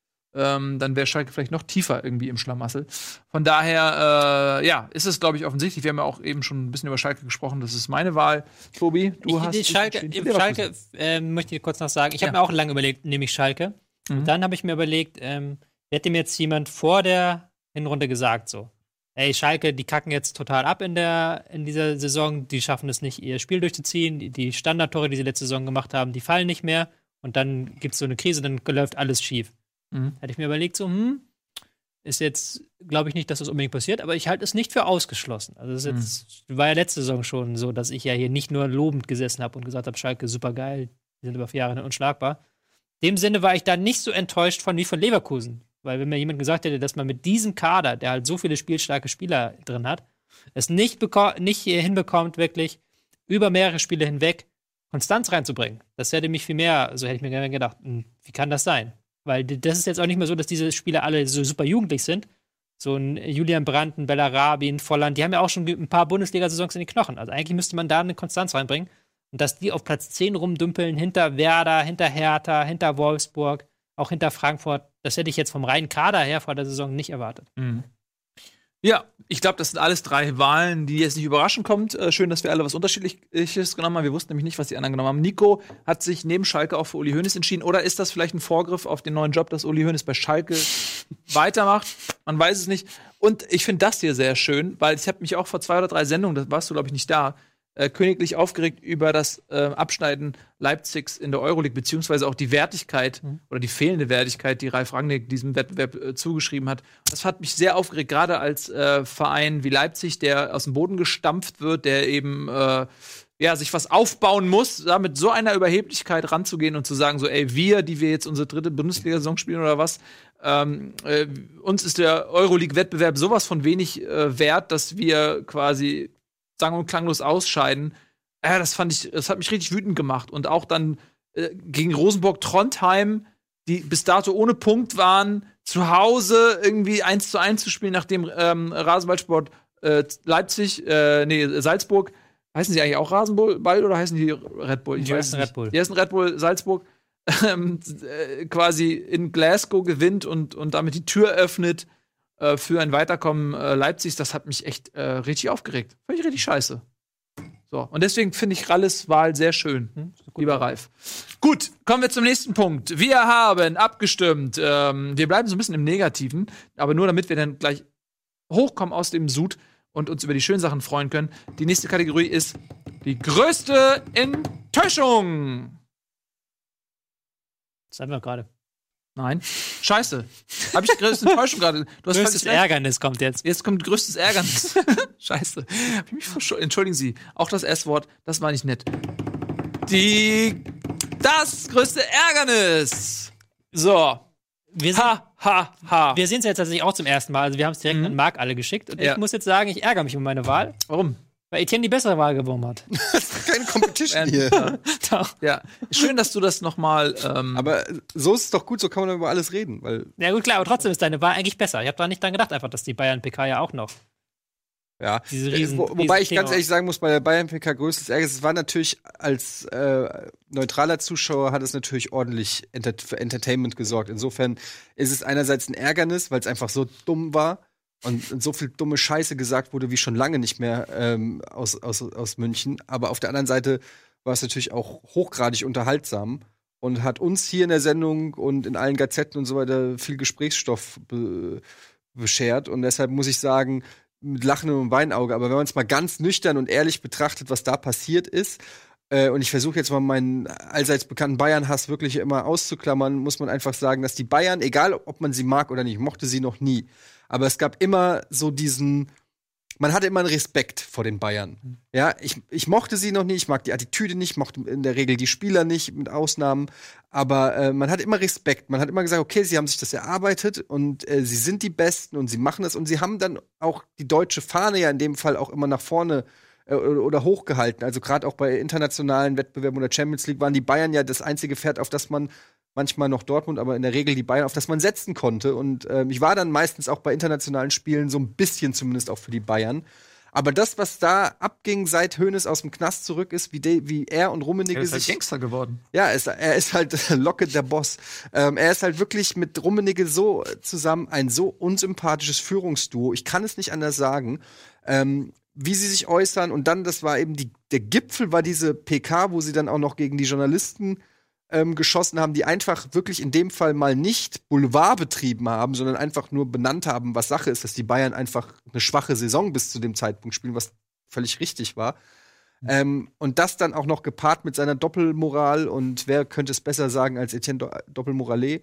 dann wäre Schalke vielleicht noch tiefer irgendwie im Schlamassel. Von daher, ist es, glaube ich, offensichtlich. Wir haben ja auch eben schon ein bisschen über Schalke gesprochen. Das ist meine Wahl. Tobi, du hast Schalke möchte ich kurz noch sagen. Ich habe mir auch lange überlegt, nehme ich Schalke. Und dann habe ich mir überlegt, hätte mir jetzt jemand vor der Hinrunde gesagt, so, ey, Schalke, die kacken jetzt total ab in dieser Saison, die schaffen es nicht, ihr Spiel durchzuziehen, die Standardtore, die sie letzte Saison gemacht haben, die fallen nicht mehr und dann gibt es so eine Krise, dann läuft alles schief. Hätte ich mir überlegt, so, ist jetzt, glaube ich nicht, dass das unbedingt passiert, aber ich halte es nicht für ausgeschlossen. Also das ist jetzt, war ja letzte Saison schon so, dass ich ja hier nicht nur lobend gesessen habe und gesagt habe, Schalke, super geil, die sind über 4 Jahre unschlagbar. In dem Sinne war ich da nicht so enttäuscht von Leverkusen. Weil wenn mir jemand gesagt hätte, dass man mit diesem Kader, der halt so viele spielstarke Spieler drin hat, es nicht hinbekommt, wirklich über mehrere Spiele hinweg Konstanz reinzubringen, das hätte mich viel mehr, so hätte ich mir gerne gedacht, wie kann das sein? Weil das ist jetzt auch nicht mehr so, dass diese Spieler alle so super jugendlich sind. So ein Julian Brandt, ein Bellarabi, ein Volland, die haben ja auch schon ein paar Bundesliga-Saisons in die Knochen. Also eigentlich müsste man da eine Konstanz reinbringen. Und dass die auf Platz 10 rumdümpeln, hinter Werder, hinter Hertha, hinter Wolfsburg, auch hinter Frankfurt, das hätte ich jetzt vom reinen Kader her vor der Saison nicht erwartet. Ja, ich glaube, das sind alles 3 Wahlen, die jetzt nicht überraschend kommt. Schön, dass wir alle was Unterschiedliches genommen haben. Wir wussten nämlich nicht, was die anderen genommen haben. Nico hat sich neben Schalke auch für Uli Hoeneß entschieden. Oder ist das vielleicht ein Vorgriff auf den neuen Job, dass Uli Hoeneß bei Schalke weitermacht? Man weiß es nicht. Und ich finde das hier sehr schön, weil ich habe mich auch vor 2 oder 3 Sendungen, da warst du, glaube ich, nicht da, königlich aufgeregt über das Abschneiden Leipzigs in der Euroleague, beziehungsweise auch die Wertigkeit oder die fehlende Wertigkeit, die Ralf Rangnick diesem Wettbewerb zugeschrieben hat. Das hat mich sehr aufgeregt, gerade als Verein wie Leipzig, der aus dem Boden gestampft wird, der eben sich was aufbauen muss, da mit so einer Überheblichkeit ranzugehen und zu sagen, so, ey, die wir jetzt unsere 3. Bundesliga-Saison spielen oder was, uns ist der Euroleague-Wettbewerb sowas von wenig wert, dass wir quasi sang- und klanglos ausscheiden. Das hat mich richtig wütend gemacht. Und auch dann gegen Rosenborg-Trondheim, die bis dato ohne Punkt waren, zu Hause irgendwie 1:1 zu spielen, nachdem Rasenballsport Salzburg heißen sie eigentlich auch Rasenball oder heißen die Red Bull? Die heißen Red Bull. Die heißen Red Bull Salzburg. Quasi in Glasgow gewinnt und damit die Tür öffnet für ein Weiterkommen Leipzigs, das hat mich echt richtig aufgeregt. Fand ich richtig scheiße. So, und deswegen finde ich Ralles Wahl sehr schön, lieber Ralf. Gut, kommen wir zum nächsten Punkt. Wir haben abgestimmt. Wir bleiben so ein bisschen im Negativen, aber nur damit wir dann gleich hochkommen aus dem Sud und uns über die schönen Sachen freuen können. Die nächste Kategorie ist die größte Enttäuschung. Das haben wir gerade. Nein. Scheiße. Hab ich größte Enttäuschung gerade? Größtes Ärgernis kommt jetzt. Jetzt kommt größtes Ärgernis. Scheiße. Hab ich mich Entschuldigen Sie. Auch das S-Wort, das war nicht nett. Das größte Ärgernis. So. Wir sehen es jetzt tatsächlich auch zum ersten Mal. Also wir haben es direkt an Marc alle geschickt. Und ich muss jetzt sagen, ich ärgere mich über meine Wahl. Warum? Weil Etienne die bessere Wahl gewonnen hat. Das ist keine Competition hier. Doch. Ja. Schön, dass du das nochmal. Aber so ist es doch gut, so kann man über alles reden. Weil Ja gut, klar, aber trotzdem ist deine Wahl eigentlich besser. Ich habe da nicht dran gedacht, einfach, dass die Bayern-PK ja auch noch ja. diese Wobei ich Thema ganz ehrlich sagen muss, bei der Bayern-PK größtes Ärgernis, es war natürlich als neutraler Zuschauer hat es natürlich ordentlich für Entertainment gesorgt. Insofern ist es einerseits ein Ärgernis, weil es einfach so dumm war und so viel dumme Scheiße gesagt wurde, wie schon lange nicht mehr aus München. Aber auf der anderen Seite war es natürlich auch hochgradig unterhaltsam und hat uns hier in der Sendung und in allen Gazetten und so weiter viel Gesprächsstoff beschert. Und deshalb muss ich sagen, mit lachendem und Weinauge, aber wenn man es mal ganz nüchtern und ehrlich betrachtet, was da passiert ist, und ich versuche jetzt mal meinen allseits bekannten Bayern-Hass wirklich immer auszuklammern, muss man einfach sagen, dass die Bayern, egal ob man sie mag oder nicht, ich mochte sie noch nie, aber es gab immer so man hatte immer einen Respekt vor den Bayern. Ja, ich mochte sie noch nie, ich mag die Attitüde nicht, mochte in der Regel die Spieler nicht, mit Ausnahmen. Aber man hat immer Respekt. Man hat immer gesagt, okay, sie haben sich das erarbeitet und sie sind die Besten und sie machen das. Und sie haben dann auch die deutsche Fahne ja in dem Fall auch immer nach vorne oder hochgehalten. Also gerade auch bei internationalen Wettbewerben oder Champions League waren die Bayern ja das einzige Pferd, auf das man manchmal noch Dortmund, aber in der Regel die Bayern, auf das man setzen konnte. Und ich war dann meistens auch bei internationalen Spielen so ein bisschen zumindest auch für die Bayern. Aber das, was da abging, seit Hoeneß aus dem Knast zurück ist, wie er und Rummenigge ist halt Gangster geworden. Ja, er ist halt Locke der Boss. Er ist halt wirklich mit Rummenigge so zusammen ein so unsympathisches Führungsduo. Ich kann es nicht anders sagen. Wie sie sich äußern. Und dann, das war eben der Gipfel, war diese PK, wo sie dann auch noch gegen die Journalisten geschossen haben, die einfach wirklich in dem Fall mal nicht Boulevard betrieben haben, sondern einfach nur benannt haben, was Sache ist, dass die Bayern einfach eine schwache Saison bis zu dem Zeitpunkt spielen, was völlig richtig war. Und das dann auch noch gepaart mit seiner Doppelmoral und wer könnte es besser sagen als Etienne Doppelmorale.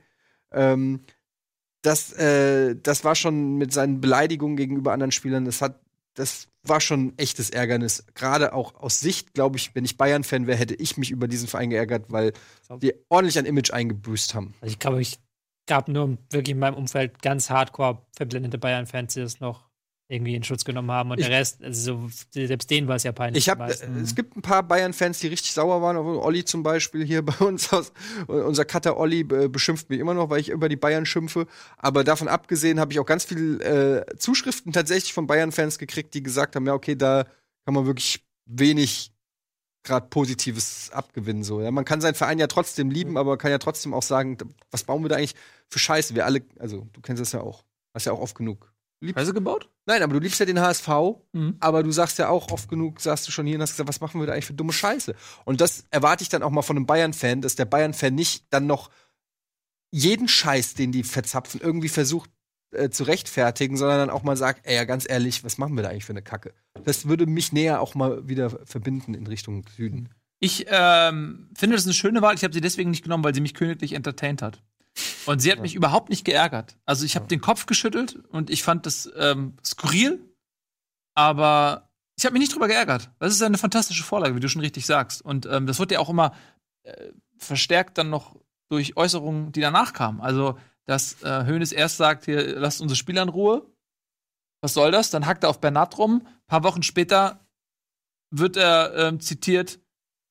Das war schon mit seinen Beleidigungen gegenüber anderen Spielern, das war schon ein echtes Ärgernis. Gerade auch aus Sicht, glaube ich, wenn ich Bayern-Fan wäre, hätte ich mich über diesen Verein geärgert, weil die ordentlich an Image eingebüßt haben. Also ich glaube, ich gab nur wirklich in meinem Umfeld ganz hardcore verblendete Bayern-Fans, die das noch irgendwie in Schutz genommen haben. Und der Rest, also selbst denen war es ja peinlich. Es gibt ein paar Bayern-Fans, die richtig sauer waren. Olli zum Beispiel hier bei uns unser Cutter Olli beschimpft mich immer noch, weil ich über die Bayern schimpfe. Aber davon abgesehen habe ich auch ganz viel Zuschriften tatsächlich von Bayern-Fans gekriegt, die gesagt haben, ja, okay, da kann man wirklich wenig gerade Positives abgewinnen. So. Ja, man kann seinen Verein ja trotzdem lieben, aber kann ja trotzdem auch sagen, was bauen wir da eigentlich für Scheiße? Wir alle, also du kennst das ja auch. Hast ja auch oft genug. Scheiße gebaut? Nein, aber du liebst ja den HSV, aber du sagst ja auch oft genug, sagst du schon hier und hast gesagt, was machen wir da eigentlich für dumme Scheiße? Und das erwarte ich dann auch mal von einem Bayern-Fan, dass der Bayern-Fan nicht dann noch jeden Scheiß, den die verzapfen, irgendwie versucht zu rechtfertigen, sondern dann auch mal sagt, ey, ja, ganz ehrlich, was machen wir da eigentlich für eine Kacke? Das würde mich näher auch mal wieder verbinden in Richtung Süden. Ich finde das eine schöne Wahl. Ich habe sie deswegen nicht genommen, weil sie mich königlich entertaint hat. Und sie hat mich überhaupt nicht geärgert. Also ich habe den Kopf geschüttelt und ich fand das skurril, aber ich habe mich nicht drüber geärgert. Das ist eine fantastische Vorlage, wie du schon richtig sagst. Und das wird ja auch immer verstärkt dann noch durch Äußerungen, die danach kamen. Also, dass Hoeneß erst sagt, hier, lasst unsere Spieler in Ruhe. Was soll das? Dann hackt er auf Bernat rum. Ein paar Wochen später wird er zitiert,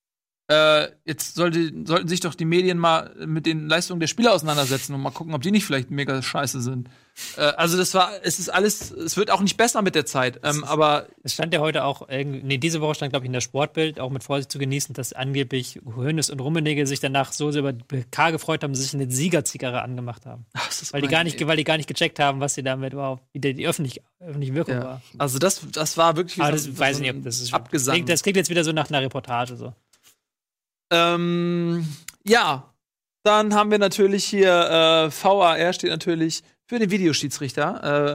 jetzt sollten sich doch die Medien mal mit den Leistungen der Spieler auseinandersetzen und mal gucken, ob die nicht vielleicht mega scheiße sind. Also es wird auch nicht besser mit der Zeit, aber es stand ja heute auch, diese Woche stand, glaube ich, in der Sportbild, auch mit Vorsicht zu genießen, dass angeblich Hoeneß und Rummenigge sich danach so sehr über PK gefreut haben, dass sie sich eine Siegerzigarre angemacht haben. Weil die gar nicht gecheckt haben, was sie damit überhaupt, wie die öffentliche Wirkung war. Also das war wirklich wie das weiß ich nicht, ob das ist abgesandt. Das klingt jetzt wieder so nach einer Reportage so. Ja, dann haben wir natürlich hier VAR steht natürlich für den Videoschiedsrichter.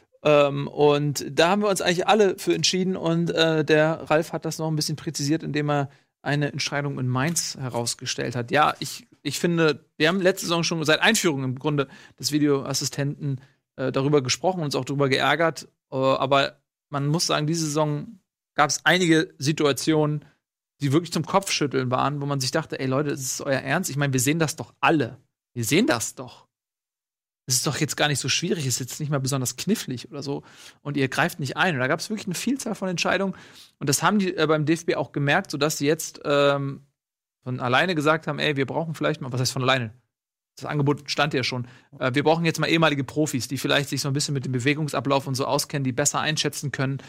Und da haben wir uns eigentlich alle für entschieden. Und der Ralf hat das noch ein bisschen präzisiert, indem er eine Entscheidung in Mainz herausgestellt hat. Ja, ich finde, wir haben letzte Saison schon seit Einführung im Grunde des Videoassistenten darüber gesprochen und uns auch darüber geärgert. Aber man muss sagen, diese Saison gab es einige Situationen, die wirklich zum Kopfschütteln waren, wo man sich dachte, ey Leute, ist es euer Ernst? Ich meine, wir sehen das doch alle. Wir sehen das doch. Es ist doch jetzt gar nicht so schwierig, es ist jetzt nicht mal besonders knifflig oder so. Und ihr greift nicht ein. Und da gab es wirklich eine Vielzahl von Entscheidungen. Und das haben die beim DFB auch gemerkt, sodass sie jetzt von alleine gesagt haben, ey, wir brauchen vielleicht mal, was heißt von alleine? Das Angebot stand ja schon. Wir brauchen jetzt mal ehemalige Profis, die vielleicht sich so ein bisschen mit dem Bewegungsablauf und so auskennen, die besser einschätzen können,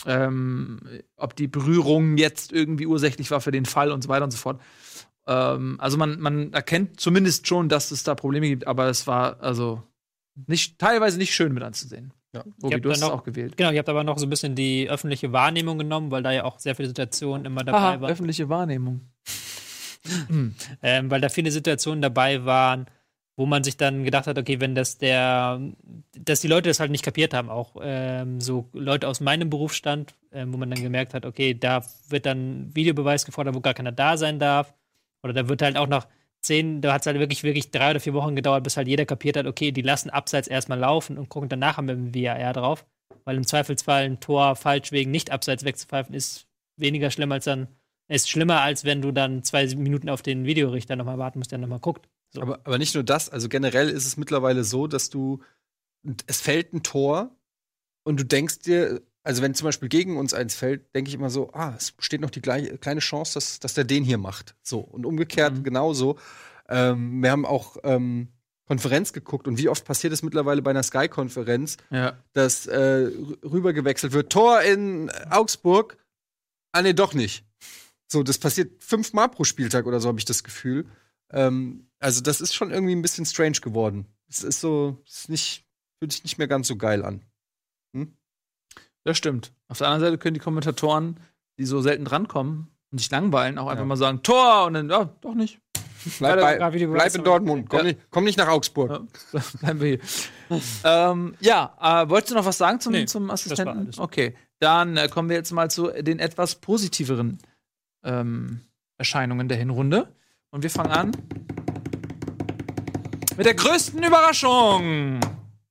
ob die Berührung jetzt irgendwie ursächlich war für den Fall und so weiter und so fort. Also man erkennt zumindest schon, dass es da Probleme gibt, aber es war also teilweise nicht schön mit anzusehen. Ja. Robi, du hast es auch gewählt. Genau, ich habe aber noch so ein bisschen die öffentliche Wahrnehmung genommen, weil da ja auch sehr viele Situationen immer dabei waren. Öffentliche Wahrnehmung. Weil da viele Situationen dabei waren, wo man sich dann gedacht hat, okay, wenn dass die Leute das halt nicht kapiert haben, auch so Leute aus meinem Berufsstand, wo man dann gemerkt hat, okay, da wird dann Videobeweis gefordert, wo gar keiner da sein darf. Oder da wird halt auch nach da hat es halt wirklich 3 oder 4 Wochen gedauert, bis halt jeder kapiert hat, okay, die lassen Abseits erstmal laufen und gucken danach haben wir ein VAR drauf. Weil im Zweifelsfall ein Tor falsch wegen nicht Abseits wegzupfeifen ist weniger schlimm ist schlimmer, als wenn du dann 2 Minuten auf den Videorichter nochmal warten musst, der nochmal guckt. So. Aber nicht nur das, also generell ist es mittlerweile so, dass es fällt ein Tor und du denkst dir, also wenn zum Beispiel gegen uns eins fällt, denke ich immer so, es besteht noch die kleine Chance, dass der den hier macht. So, und umgekehrt genauso. Wir haben auch Konferenz geguckt und wie oft passiert es mittlerweile bei einer Sky-Konferenz, dass rübergewechselt wird, Tor in Augsburg, nee, doch nicht. So, das passiert 5-mal pro Spieltag oder so, habe ich das Gefühl. Also das ist schon irgendwie ein bisschen strange geworden. Es ist so, fühlt sich nicht mehr ganz so geil an. Das stimmt. Auf der anderen Seite können die Kommentatoren, die so selten drankommen und sich langweilen, auch einfach mal sagen, Tor! Und dann, doch nicht. Bleib in Dortmund. Komm nicht nach Augsburg. Ja, bleiben wir hier. Wolltest du noch was sagen zum Assistenten? Das war alles. Okay, dann kommen wir jetzt mal zu den etwas positiveren Erscheinungen der Hinrunde. Und wir fangen an mit der größten Überraschung.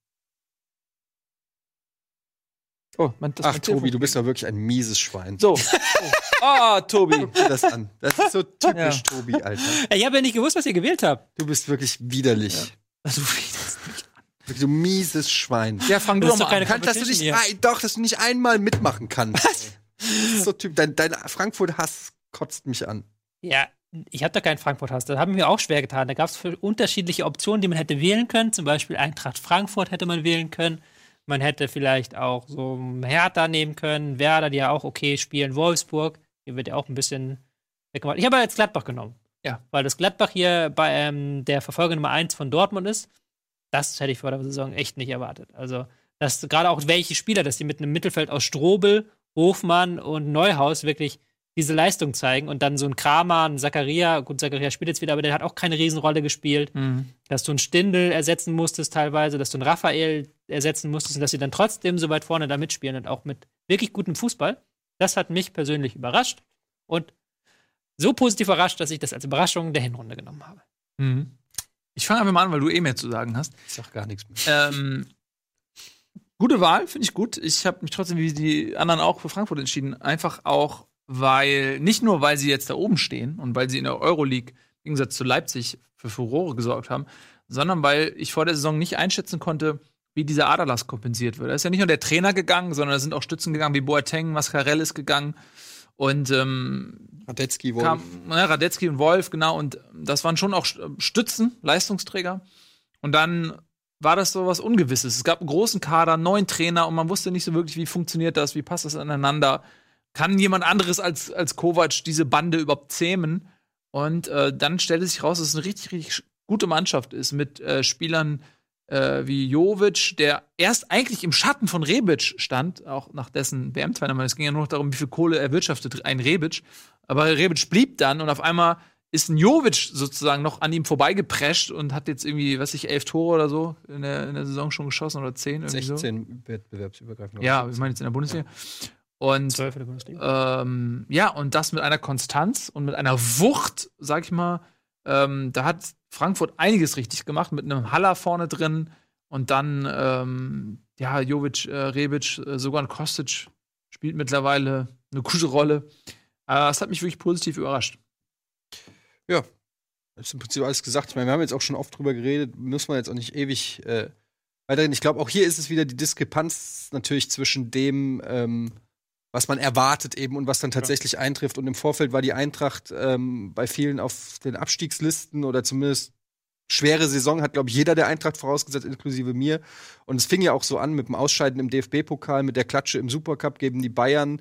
Oh, Tobi, du bist ja wirklich ein mieses Schwein. So. Tobi. Guck dir das an. Das ist so typisch Tobi, Alter. Ich habe ja nicht gewusst, was ihr gewählt habt. Du bist wirklich widerlich. Ja. Also, Du mieses Schwein. Ja, fang du doch mal an. Dass du nicht einmal mitmachen kannst. Was? Das ist so typisch. Dein Frankfurt-Hass kotzt mich an. Ja, ich habe da keinen Frankfurt-Hass. Das haben wir auch schwer getan. Da gab es unterschiedliche Optionen, die man hätte wählen können. Zum Beispiel Eintracht Frankfurt hätte man wählen können. Man hätte vielleicht auch so Hertha nehmen können. Werder, die ja auch okay spielen. Wolfsburg, hier wird ja auch ein bisschen weggemacht. Ich habe jetzt Gladbach genommen. Ja. Weil das Gladbach hier bei der Verfolger Nummer 1 von Dortmund ist. Das hätte ich vor der Saison echt nicht erwartet. Also, dass gerade auch welche Spieler, dass die mit einem Mittelfeld aus Strobel, Hofmann und Neuhaus wirklich diese Leistung zeigen und dann so ein Kramer, ein Zakaria, gut, Zakaria spielt jetzt wieder, aber der hat auch keine Riesenrolle gespielt. Dass du einen Stindl ersetzen musstest teilweise, dass du einen Raphael ersetzen musstest und dass sie dann trotzdem so weit vorne da mitspielen und auch mit wirklich gutem Fußball. Das hat mich persönlich überrascht und so positiv überrascht, dass ich das als Überraschung der Hinrunde genommen habe. Ich fange einfach mal an, weil du mehr zu sagen hast. Ich sag gar nichts mehr. Gute Wahl, finde ich gut. Ich habe mich trotzdem wie die anderen auch für Frankfurt entschieden. Einfach auch, nicht nur, weil sie jetzt da oben stehen und weil sie in der Euroleague im Gegensatz zu Leipzig für Furore gesorgt haben, sondern weil ich vor der Saison nicht einschätzen konnte, wie dieser Aderlass kompensiert wird. Da ist ja nicht nur der Trainer gegangen, sondern da sind auch Stützen gegangen wie Boateng, Mascarell ist gegangen. Und Radetzky, Wolf. Radetzky und Wolf, genau. Und das waren schon auch Stützen, Leistungsträger. Und dann war das so was Ungewisses. Es gab einen großen Kader, 9 Trainer und man wusste nicht so wirklich, wie funktioniert das, wie passt das aneinander. Kann jemand anderes als Kovac diese Bande überhaupt zähmen? Und dann stellte sich raus, dass es eine richtig, richtig gute Mannschaft ist mit Spielern wie Jovic, der erst eigentlich im Schatten von Rebic stand, auch nach dessen WM-Teilnahme. Es ging ja nur noch darum, wie viel Kohle erwirtschaftet ein Rebic. Aber Rebic blieb dann und auf einmal ist ein Jovic sozusagen noch an ihm vorbeigeprescht und hat jetzt irgendwie, 11 Tore oder so in der Saison schon geschossen oder 10. 16 so. wettbewerbsübergreifend. Ja, ich meine jetzt in der Bundesliga. Ja. Und 12 in der Bundesliga. Und das mit einer Konstanz und mit einer Wucht, sag ich mal. Da hat Frankfurt einiges richtig gemacht, mit einem Haller vorne drin und dann, Jovic, Rebic, sogar ein Kostic spielt mittlerweile eine gute Rolle. Das hat mich wirklich positiv überrascht. Ja, das ist im Prinzip alles gesagt. Ich meine, wir haben jetzt auch schon oft drüber geredet, muss man jetzt auch nicht ewig weiterreden. Ich glaube, auch hier ist es wieder die Diskrepanz natürlich zwischen dem, was man erwartet eben und was dann tatsächlich eintrifft. Und im Vorfeld war die Eintracht bei vielen auf den Abstiegslisten oder zumindest schwere Saison, hat, glaube ich, jeder der Eintracht vorausgesetzt, inklusive mir. Und es fing ja auch so an mit dem Ausscheiden im DFB-Pokal, mit der Klatsche im Supercup gegen die Bayern.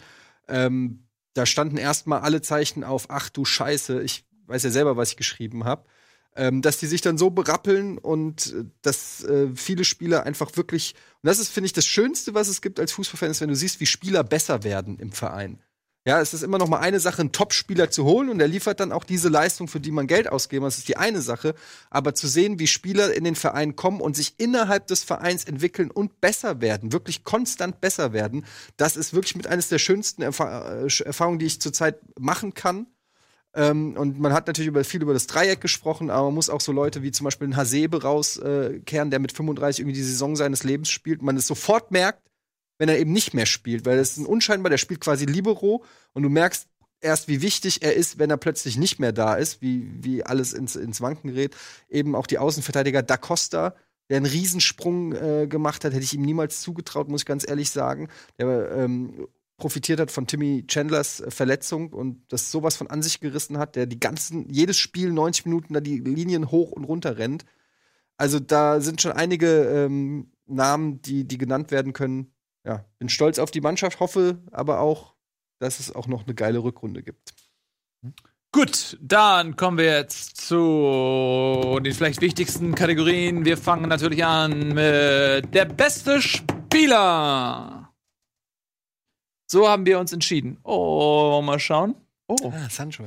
Da standen erstmal alle Zeichen auf, ach du Scheiße, ich weiß ja selber, was ich geschrieben habe. Dass die sich dann so berappeln und dass viele Spieler einfach wirklich, und das ist, finde ich, das Schönste, was es gibt als Fußballfan, ist, wenn du siehst, wie Spieler besser werden im Verein. Ja, es ist immer noch mal eine Sache, einen Top-Spieler zu holen und der liefert dann auch diese Leistung, für die man Geld ausgeben muss. Das ist die eine Sache. Aber zu sehen, wie Spieler in den Verein kommen und sich innerhalb des Vereins entwickeln und besser werden, wirklich konstant besser werden, das ist wirklich mit eines der schönsten Erfahrungen, die ich zurzeit machen kann. Und man hat natürlich viel über das Dreieck gesprochen, aber man muss auch so Leute wie zum Beispiel einen Hasebe rauskehren, der mit 35 irgendwie die Saison seines Lebens spielt. Man es sofort merkt, wenn er eben nicht mehr spielt, weil das ist ein unscheinbar, der spielt quasi Libero und du merkst erst, wie wichtig er ist, wenn er plötzlich nicht mehr da ist, wie alles ins Wanken gerät. Eben auch die Außenverteidiger Da Costa, der einen Riesensprung gemacht hat, hätte ich ihm niemals zugetraut, muss ich ganz ehrlich sagen. Der profitiert hat von Timmy Chandlers Verletzung und das sowas von an sich gerissen hat, der jedes Spiel 90 Minuten da die Linien hoch und runter rennt. Also da sind schon einige Namen, die genannt werden können. Ja, bin stolz auf die Mannschaft, hoffe aber auch, dass es auch noch eine geile Rückrunde gibt. Gut, dann kommen wir jetzt zu den vielleicht wichtigsten Kategorien. Wir fangen natürlich an mit der beste Spieler. So haben wir uns entschieden. Oh, mal schauen. Oh. Sancho.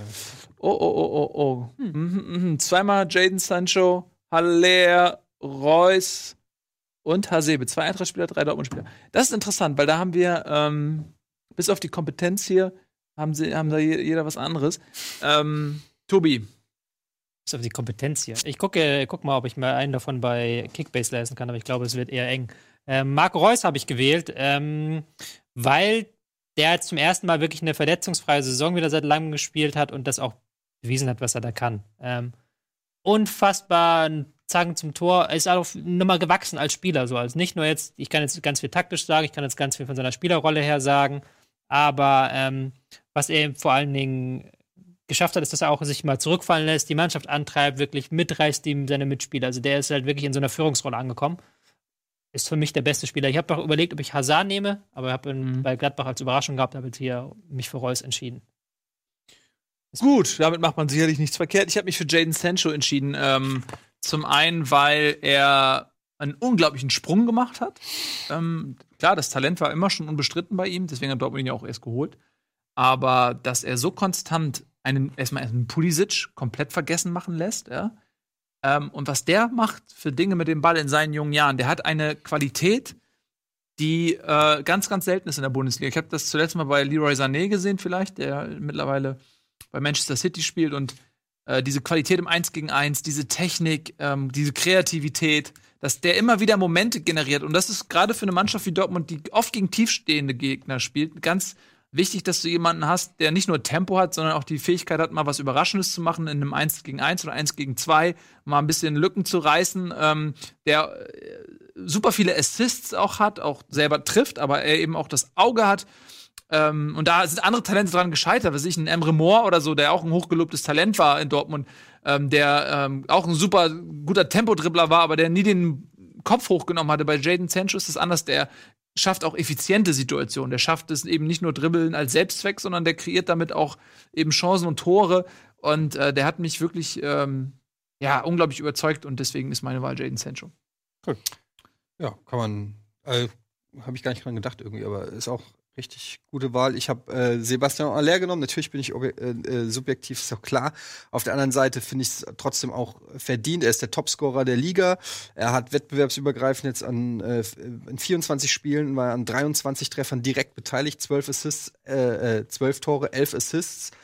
Oh. Zweimal Jadon Sancho, Haller, Reus und Hasebe. 2 Eintracht-Spieler, 3 Dortmund-Spieler. Das ist interessant, weil da haben wir, bis auf die Kompetenz hier, haben da jeder was anderes. Tobi. Bis auf die Kompetenz hier. Ich guck mal, ob ich mal einen davon bei Kickbase lesen kann, aber ich glaube, es wird eher eng. Marco Reus habe ich gewählt, weil der jetzt zum ersten Mal wirklich eine verletzungsfreie Saison wieder seit langem gespielt hat und das auch bewiesen hat, was er da kann. Unfassbar Zangen zum Tor. Er ist auch nochmal gewachsen als Spieler. So. Also nicht nur jetzt, ich kann jetzt ganz viel taktisch sagen, ich kann jetzt ganz viel von seiner Spielerrolle her sagen, aber was er vor allen Dingen geschafft hat, ist, dass er auch sich mal zurückfallen lässt, die Mannschaft antreibt, wirklich mitreißt seine Mitspieler. Also der ist halt wirklich in so einer Führungsrolle angekommen. Ist für mich der beste Spieler. Ich habe noch überlegt, ob ich Hazard nehme, aber ich habe bei Gladbach als Überraschung gehabt, habe jetzt hier mich für Reus entschieden. Gut, damit macht man sicherlich nichts verkehrt. Ich habe mich für Jadon Sancho entschieden. Zum einen, weil er einen unglaublichen Sprung gemacht hat. Klar, das Talent war immer schon unbestritten bei ihm, deswegen hat Dortmund ihn ja auch erst geholt. Aber dass er so konstant erstmal einen Pulisic komplett vergessen machen lässt, ja. Und was der macht für Dinge mit dem Ball in seinen jungen Jahren, der hat eine Qualität, die ganz, ganz selten ist in der Bundesliga. Ich habe das zuletzt mal bei Leroy Sané gesehen vielleicht, der mittlerweile bei Manchester City spielt und diese Qualität im 1-gegen-1, diese Technik, diese Kreativität, dass der immer wieder Momente generiert. Und das ist gerade für eine Mannschaft wie Dortmund, die oft gegen tiefstehende Gegner spielt, ganz wichtig, dass du jemanden hast, der nicht nur Tempo hat, sondern auch die Fähigkeit hat, mal was Überraschendes zu machen in einem 1-gegen-1 oder 1-gegen-2, mal ein bisschen Lücken zu reißen, der super viele Assists auch hat, auch selber trifft, aber er eben auch das Auge hat, Und da sind andere Talente dran gescheitert, was ich, ein Emre Mor oder so, der auch ein hochgelobtes Talent war in Dortmund, der auch ein super guter Tempodribbler war, aber der nie den Kopf hochgenommen hatte. Bei Jadon Sancho ist das anders, der schafft auch effiziente Situationen. Der schafft es eben nicht nur Dribbeln als Selbstzweck, sondern der kreiert damit auch eben Chancen und Tore. Und der hat mich wirklich unglaublich überzeugt und deswegen ist meine Wahl Jadon Sancho. Cool. Ja, kann man, habe ich gar nicht dran gedacht irgendwie, aber ist auch richtig gute Wahl. Ich habe Sebastian Haller genommen. Natürlich bin ich subjektiv, ist auch klar. Auf der anderen Seite finde ich es trotzdem auch verdient. Er ist der Topscorer der Liga. Er hat wettbewerbsübergreifend jetzt in 24 Spielen war an 23 Treffern direkt beteiligt. 12 Assists, 12 Tore, 11 Assists.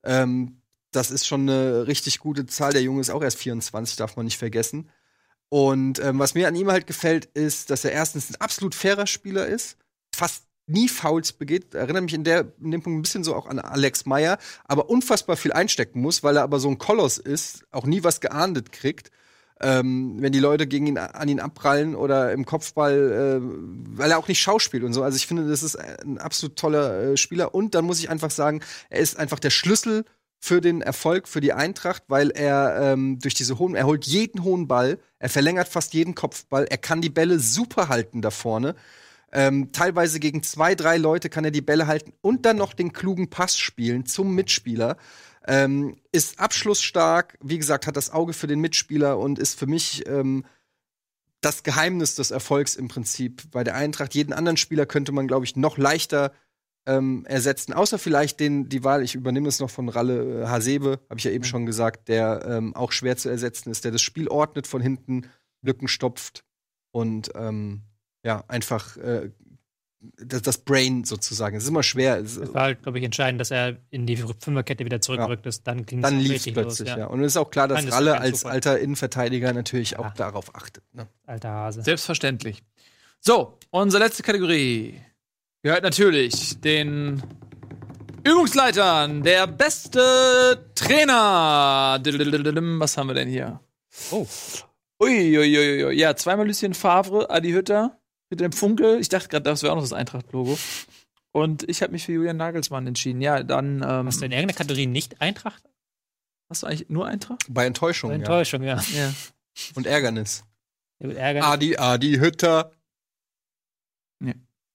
Das ist schon eine richtig gute Zahl. Der Junge ist auch erst 24, darf man nicht vergessen. Und was mir an ihm halt gefällt, ist, dass er erstens ein absolut fairer Spieler ist. Fast nie Fouls begeht, erinnert mich in dem Punkt ein bisschen so auch an Alex Meyer, aber unfassbar viel einstecken muss, weil er aber so ein Koloss ist, auch nie was geahndet kriegt, wenn die Leute an ihn abprallen oder im Kopfball, weil er auch nicht schauspielt und so. Also ich finde, das ist ein absolut toller Spieler und dann muss ich einfach sagen, er ist einfach der Schlüssel für den Erfolg für die Eintracht, weil er durch diese er holt jeden hohen Ball, er verlängert fast jeden Kopfball, er kann die Bälle super halten da vorne. Teilweise gegen 2, 3 Leute kann er die Bälle halten und dann noch den klugen Pass spielen zum Mitspieler. Ist abschlussstark, wie gesagt, hat das Auge für den Mitspieler und ist für mich das Geheimnis des Erfolgs im Prinzip bei der Eintracht. Jeden anderen Spieler könnte man, glaube ich, noch leichter ersetzen, außer vielleicht die Wahl, ich übernehme es noch von Ralle Hasebe, habe ich ja eben schon gesagt, der auch schwer zu ersetzen ist, der das Spiel ordnet von hinten, Lücken stopft und einfach das Brain sozusagen. Es ist immer schwer. Es war halt, glaube ich, entscheidend, dass er in die Fünferkette wieder zurückgerückt ist. Dann lief es plötzlich, los, Und es ist auch klar, dass Ralle als alter Innenverteidiger natürlich auch darauf achtet. Ne? Alter Hase. Selbstverständlich. So, unsere letzte Kategorie gehört natürlich den Übungsleitern. Der beste Trainer. Was haben wir denn hier? Oh. Uiuiui. Ja, zweimal Lucien Favre, Adi Hütter mit dem Funkel. Ich dachte gerade, das wäre auch noch das Eintracht-Logo. Und ich habe mich für Julian Nagelsmann entschieden. Ja, dann. Hast du in irgendeiner Kategorie nicht Eintracht? Hast du eigentlich nur Eintracht? Bei Enttäuschung. Bei Enttäuschung, ja. Und Ärgernis. Ärgernis. Adi Hütter. Ja.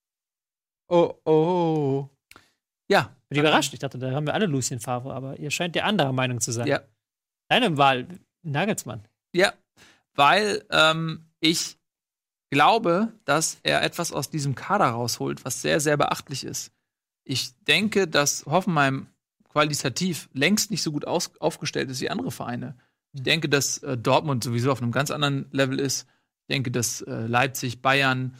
Oh. Ja. Bin überrascht. Ich dachte, da haben wir alle Lucien Favre, aber ihr scheint der anderer Meinung zu sein. Ja. Deine Wahl, Nagelsmann. Ja, weil ich glaube, dass er etwas aus diesem Kader rausholt, was sehr, sehr beachtlich ist. Ich denke, dass Hoffenheim qualitativ längst nicht so gut aufgestellt ist wie andere Vereine. Ich denke, dass Dortmund sowieso auf einem ganz anderen Level ist. Ich denke, dass Leipzig, Bayern,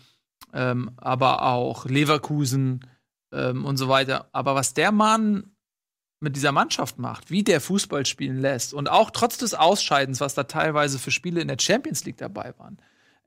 aber auch Leverkusen und so weiter. Aber was der Mann mit dieser Mannschaft macht, wie der Fußball spielen lässt und auch trotz des Ausscheidens, was da teilweise für Spiele in der Champions League dabei waren,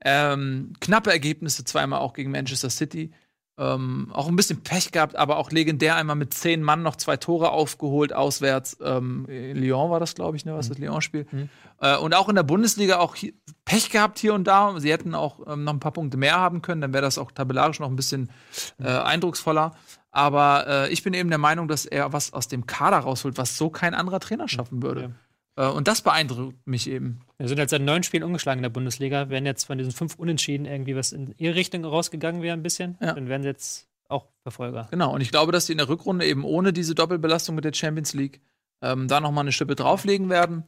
knappe Ergebnisse, zweimal auch gegen Manchester City, auch ein bisschen Pech gehabt, aber auch legendär einmal mit 10 Mann noch 2 Tore aufgeholt, auswärts. In Lyon war das, glaube ich, ne, was das Lyon-Spiel. Und auch in der Bundesliga auch Pech gehabt hier und da. Sie hätten auch noch ein paar Punkte mehr haben können, dann wäre das auch tabellarisch noch ein bisschen eindrucksvoller. Aber ich bin eben der Meinung, dass er was aus dem Kader rausholt, was so kein anderer Trainer schaffen würde. Und das beeindruckt mich eben. Wir sind jetzt seit 9 Spielen ungeschlagen in der Bundesliga. Wenn jetzt von diesen 5 Unentschieden irgendwie was in ihre Richtung rausgegangen wäre ein bisschen, dann wären sie jetzt auch Verfolger. Genau, und ich glaube, dass sie in der Rückrunde eben ohne diese Doppelbelastung mit der Champions League da noch mal eine Schippe drauflegen werden.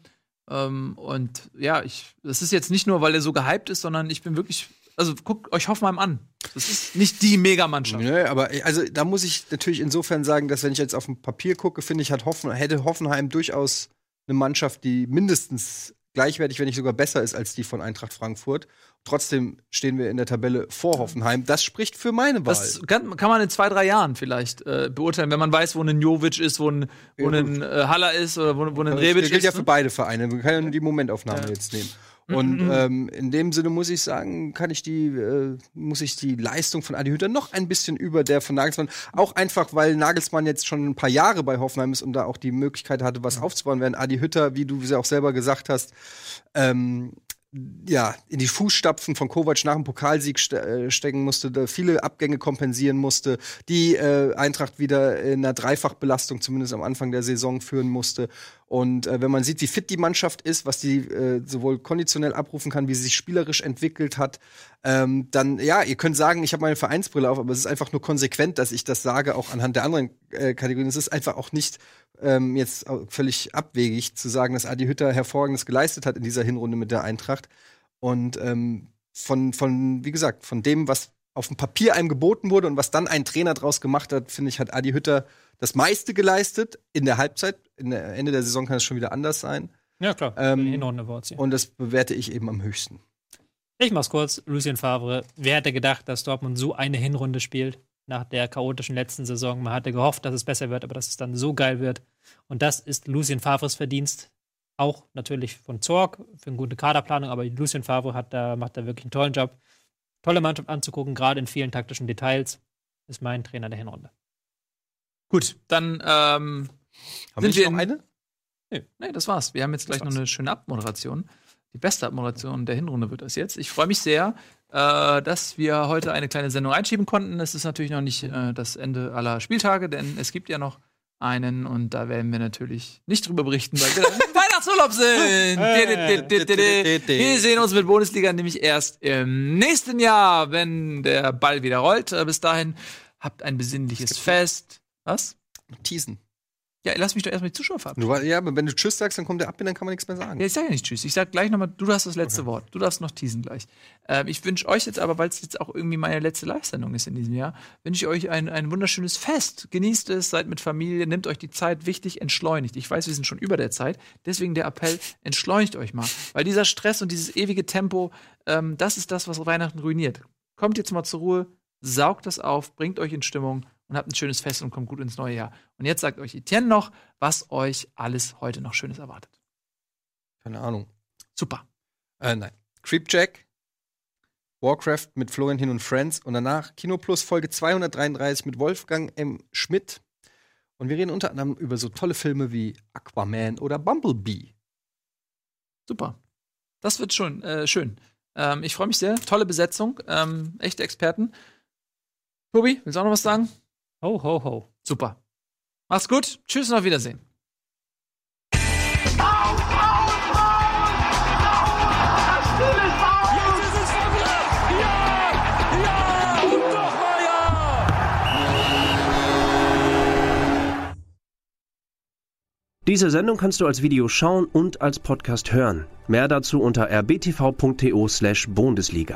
Und ja, das ist jetzt nicht nur, weil er so gehypt ist, sondern ich bin wirklich, also guckt euch Hoffenheim an. Das ist nicht die Megamannschaft. Nö, aber also da muss ich natürlich insofern sagen, dass wenn ich jetzt auf dem Papier gucke, finde ich, hätte Hoffenheim durchaus eine Mannschaft, die mindestens gleichwertig, wenn nicht sogar besser ist als die von Eintracht Frankfurt. Trotzdem stehen wir in der Tabelle vor Hoffenheim. Das spricht für meine Wahl. Das kann man in 2, 3 Jahren vielleicht beurteilen, wenn man weiß, wo ein Jovic ist, wo ein Haller ist oder wo ein Rebic ist. Das gilt ja für beide Vereine. Wir können ja nur die Momentaufnahme jetzt nehmen. Und in dem Sinne muss ich sagen, muss ich die Leistung von Adi Hütter noch ein bisschen über der von Nagelsmann, auch einfach, weil Nagelsmann jetzt schon ein paar Jahre bei Hoffenheim ist und da auch die Möglichkeit hatte, was aufzubauen, während Adi Hütter, wie du ja auch selber gesagt hast, in die Fußstapfen von Kovac nach dem Pokalsieg stecken musste, da viele Abgänge kompensieren musste, die Eintracht wieder in einer Dreifachbelastung zumindest am Anfang der Saison führen musste. Und wenn man sieht, wie fit die Mannschaft ist, was die sowohl konditionell abrufen kann, wie sie sich spielerisch entwickelt hat, dann, ja, ihr könnt sagen, ich habe meine Vereinsbrille auf, aber es ist einfach nur konsequent, dass ich das sage, auch anhand der anderen Kategorien. Es ist einfach auch nicht jetzt völlig abwegig zu sagen, dass Adi Hütter Hervorragendes geleistet hat in dieser Hinrunde mit der Eintracht. Und wie gesagt, von dem, was auf dem Papier einem geboten wurde und was dann ein Trainer draus gemacht hat, finde ich, hat Adi Hütter das meiste geleistet in der Halbzeit. Ende der Saison kann es schon wieder anders sein. Ja, klar. Und das bewerte ich eben am höchsten. Ich mach's kurz. Lucien Favre. Wer hätte gedacht, dass Dortmund so eine Hinrunde spielt nach der chaotischen letzten Saison? Man hatte gehofft, dass es besser wird, aber dass es dann so geil wird. Und das ist Lucien Favres Verdienst. Auch natürlich von Zorc für eine gute Kaderplanung, aber Lucien Favre macht da wirklich einen tollen Job. Tolle Mannschaft anzugucken, gerade in vielen taktischen Details. Ist mein Trainer der Hinrunde. Gut, dann Haben wir noch eine? Nee, das war's. Wir haben jetzt gleich noch eine schöne Abmoderation. Die beste Abmoderation der Hinrunde wird das jetzt. Ich freue mich sehr, dass wir heute eine kleine Sendung einschieben konnten. Es ist natürlich noch nicht das Ende aller Spieltage, denn es gibt ja noch einen und da werden wir natürlich nicht drüber berichten, weil wir im Weihnachtsurlaub sind. Wir sehen uns mit Bundesliga nämlich erst im nächsten Jahr, wenn der Ball wieder rollt. Bis dahin habt ein besinnliches Fest. Was? Teasen. Ja, lass mich doch erstmal die Zuschauer verabschieden. Ja, aber wenn du Tschüss sagst, dann kommt der ab und dann kann man nichts mehr sagen. Ja, ich sag ja nicht Tschüss. Ich sag gleich nochmal, du hast das letzte Wort. Du darfst noch teasen gleich. Ich wünsche euch jetzt aber, weil es jetzt auch irgendwie meine letzte Live-Sendung ist in diesem Jahr, wünsche ich euch ein wunderschönes Fest. Genießt es, seid mit Familie, nehmt euch die Zeit, wichtig, entschleunigt. Ich weiß, wir sind schon über der Zeit, deswegen der Appell, entschleunigt euch mal. Weil dieser Stress und dieses ewige Tempo, das ist das, was Weihnachten ruiniert. Kommt jetzt mal zur Ruhe, saugt das auf, bringt euch in Stimmung und habt ein schönes Fest und kommt gut ins neue Jahr. Und jetzt sagt euch Etienne noch, was euch alles heute noch Schönes erwartet. Keine Ahnung. Super. Nein. Creepjack, Warcraft mit Florian Hin und Friends und danach Kino Plus Folge 233 mit Wolfgang M. Schmidt. Und wir reden unter anderem über so tolle Filme wie Aquaman oder Bumblebee. Super. Das wird schon schön. Ich freue mich sehr. Tolle Besetzung. Echte Experten. Tobi, willst du auch noch was sagen? Ho, ho, ho. Super. Mach's gut. Tschüss und auf Wiedersehen. Diese Sendung kannst du als Video schauen und als Podcast hören. Mehr dazu unter rbtv.to/Bundesliga.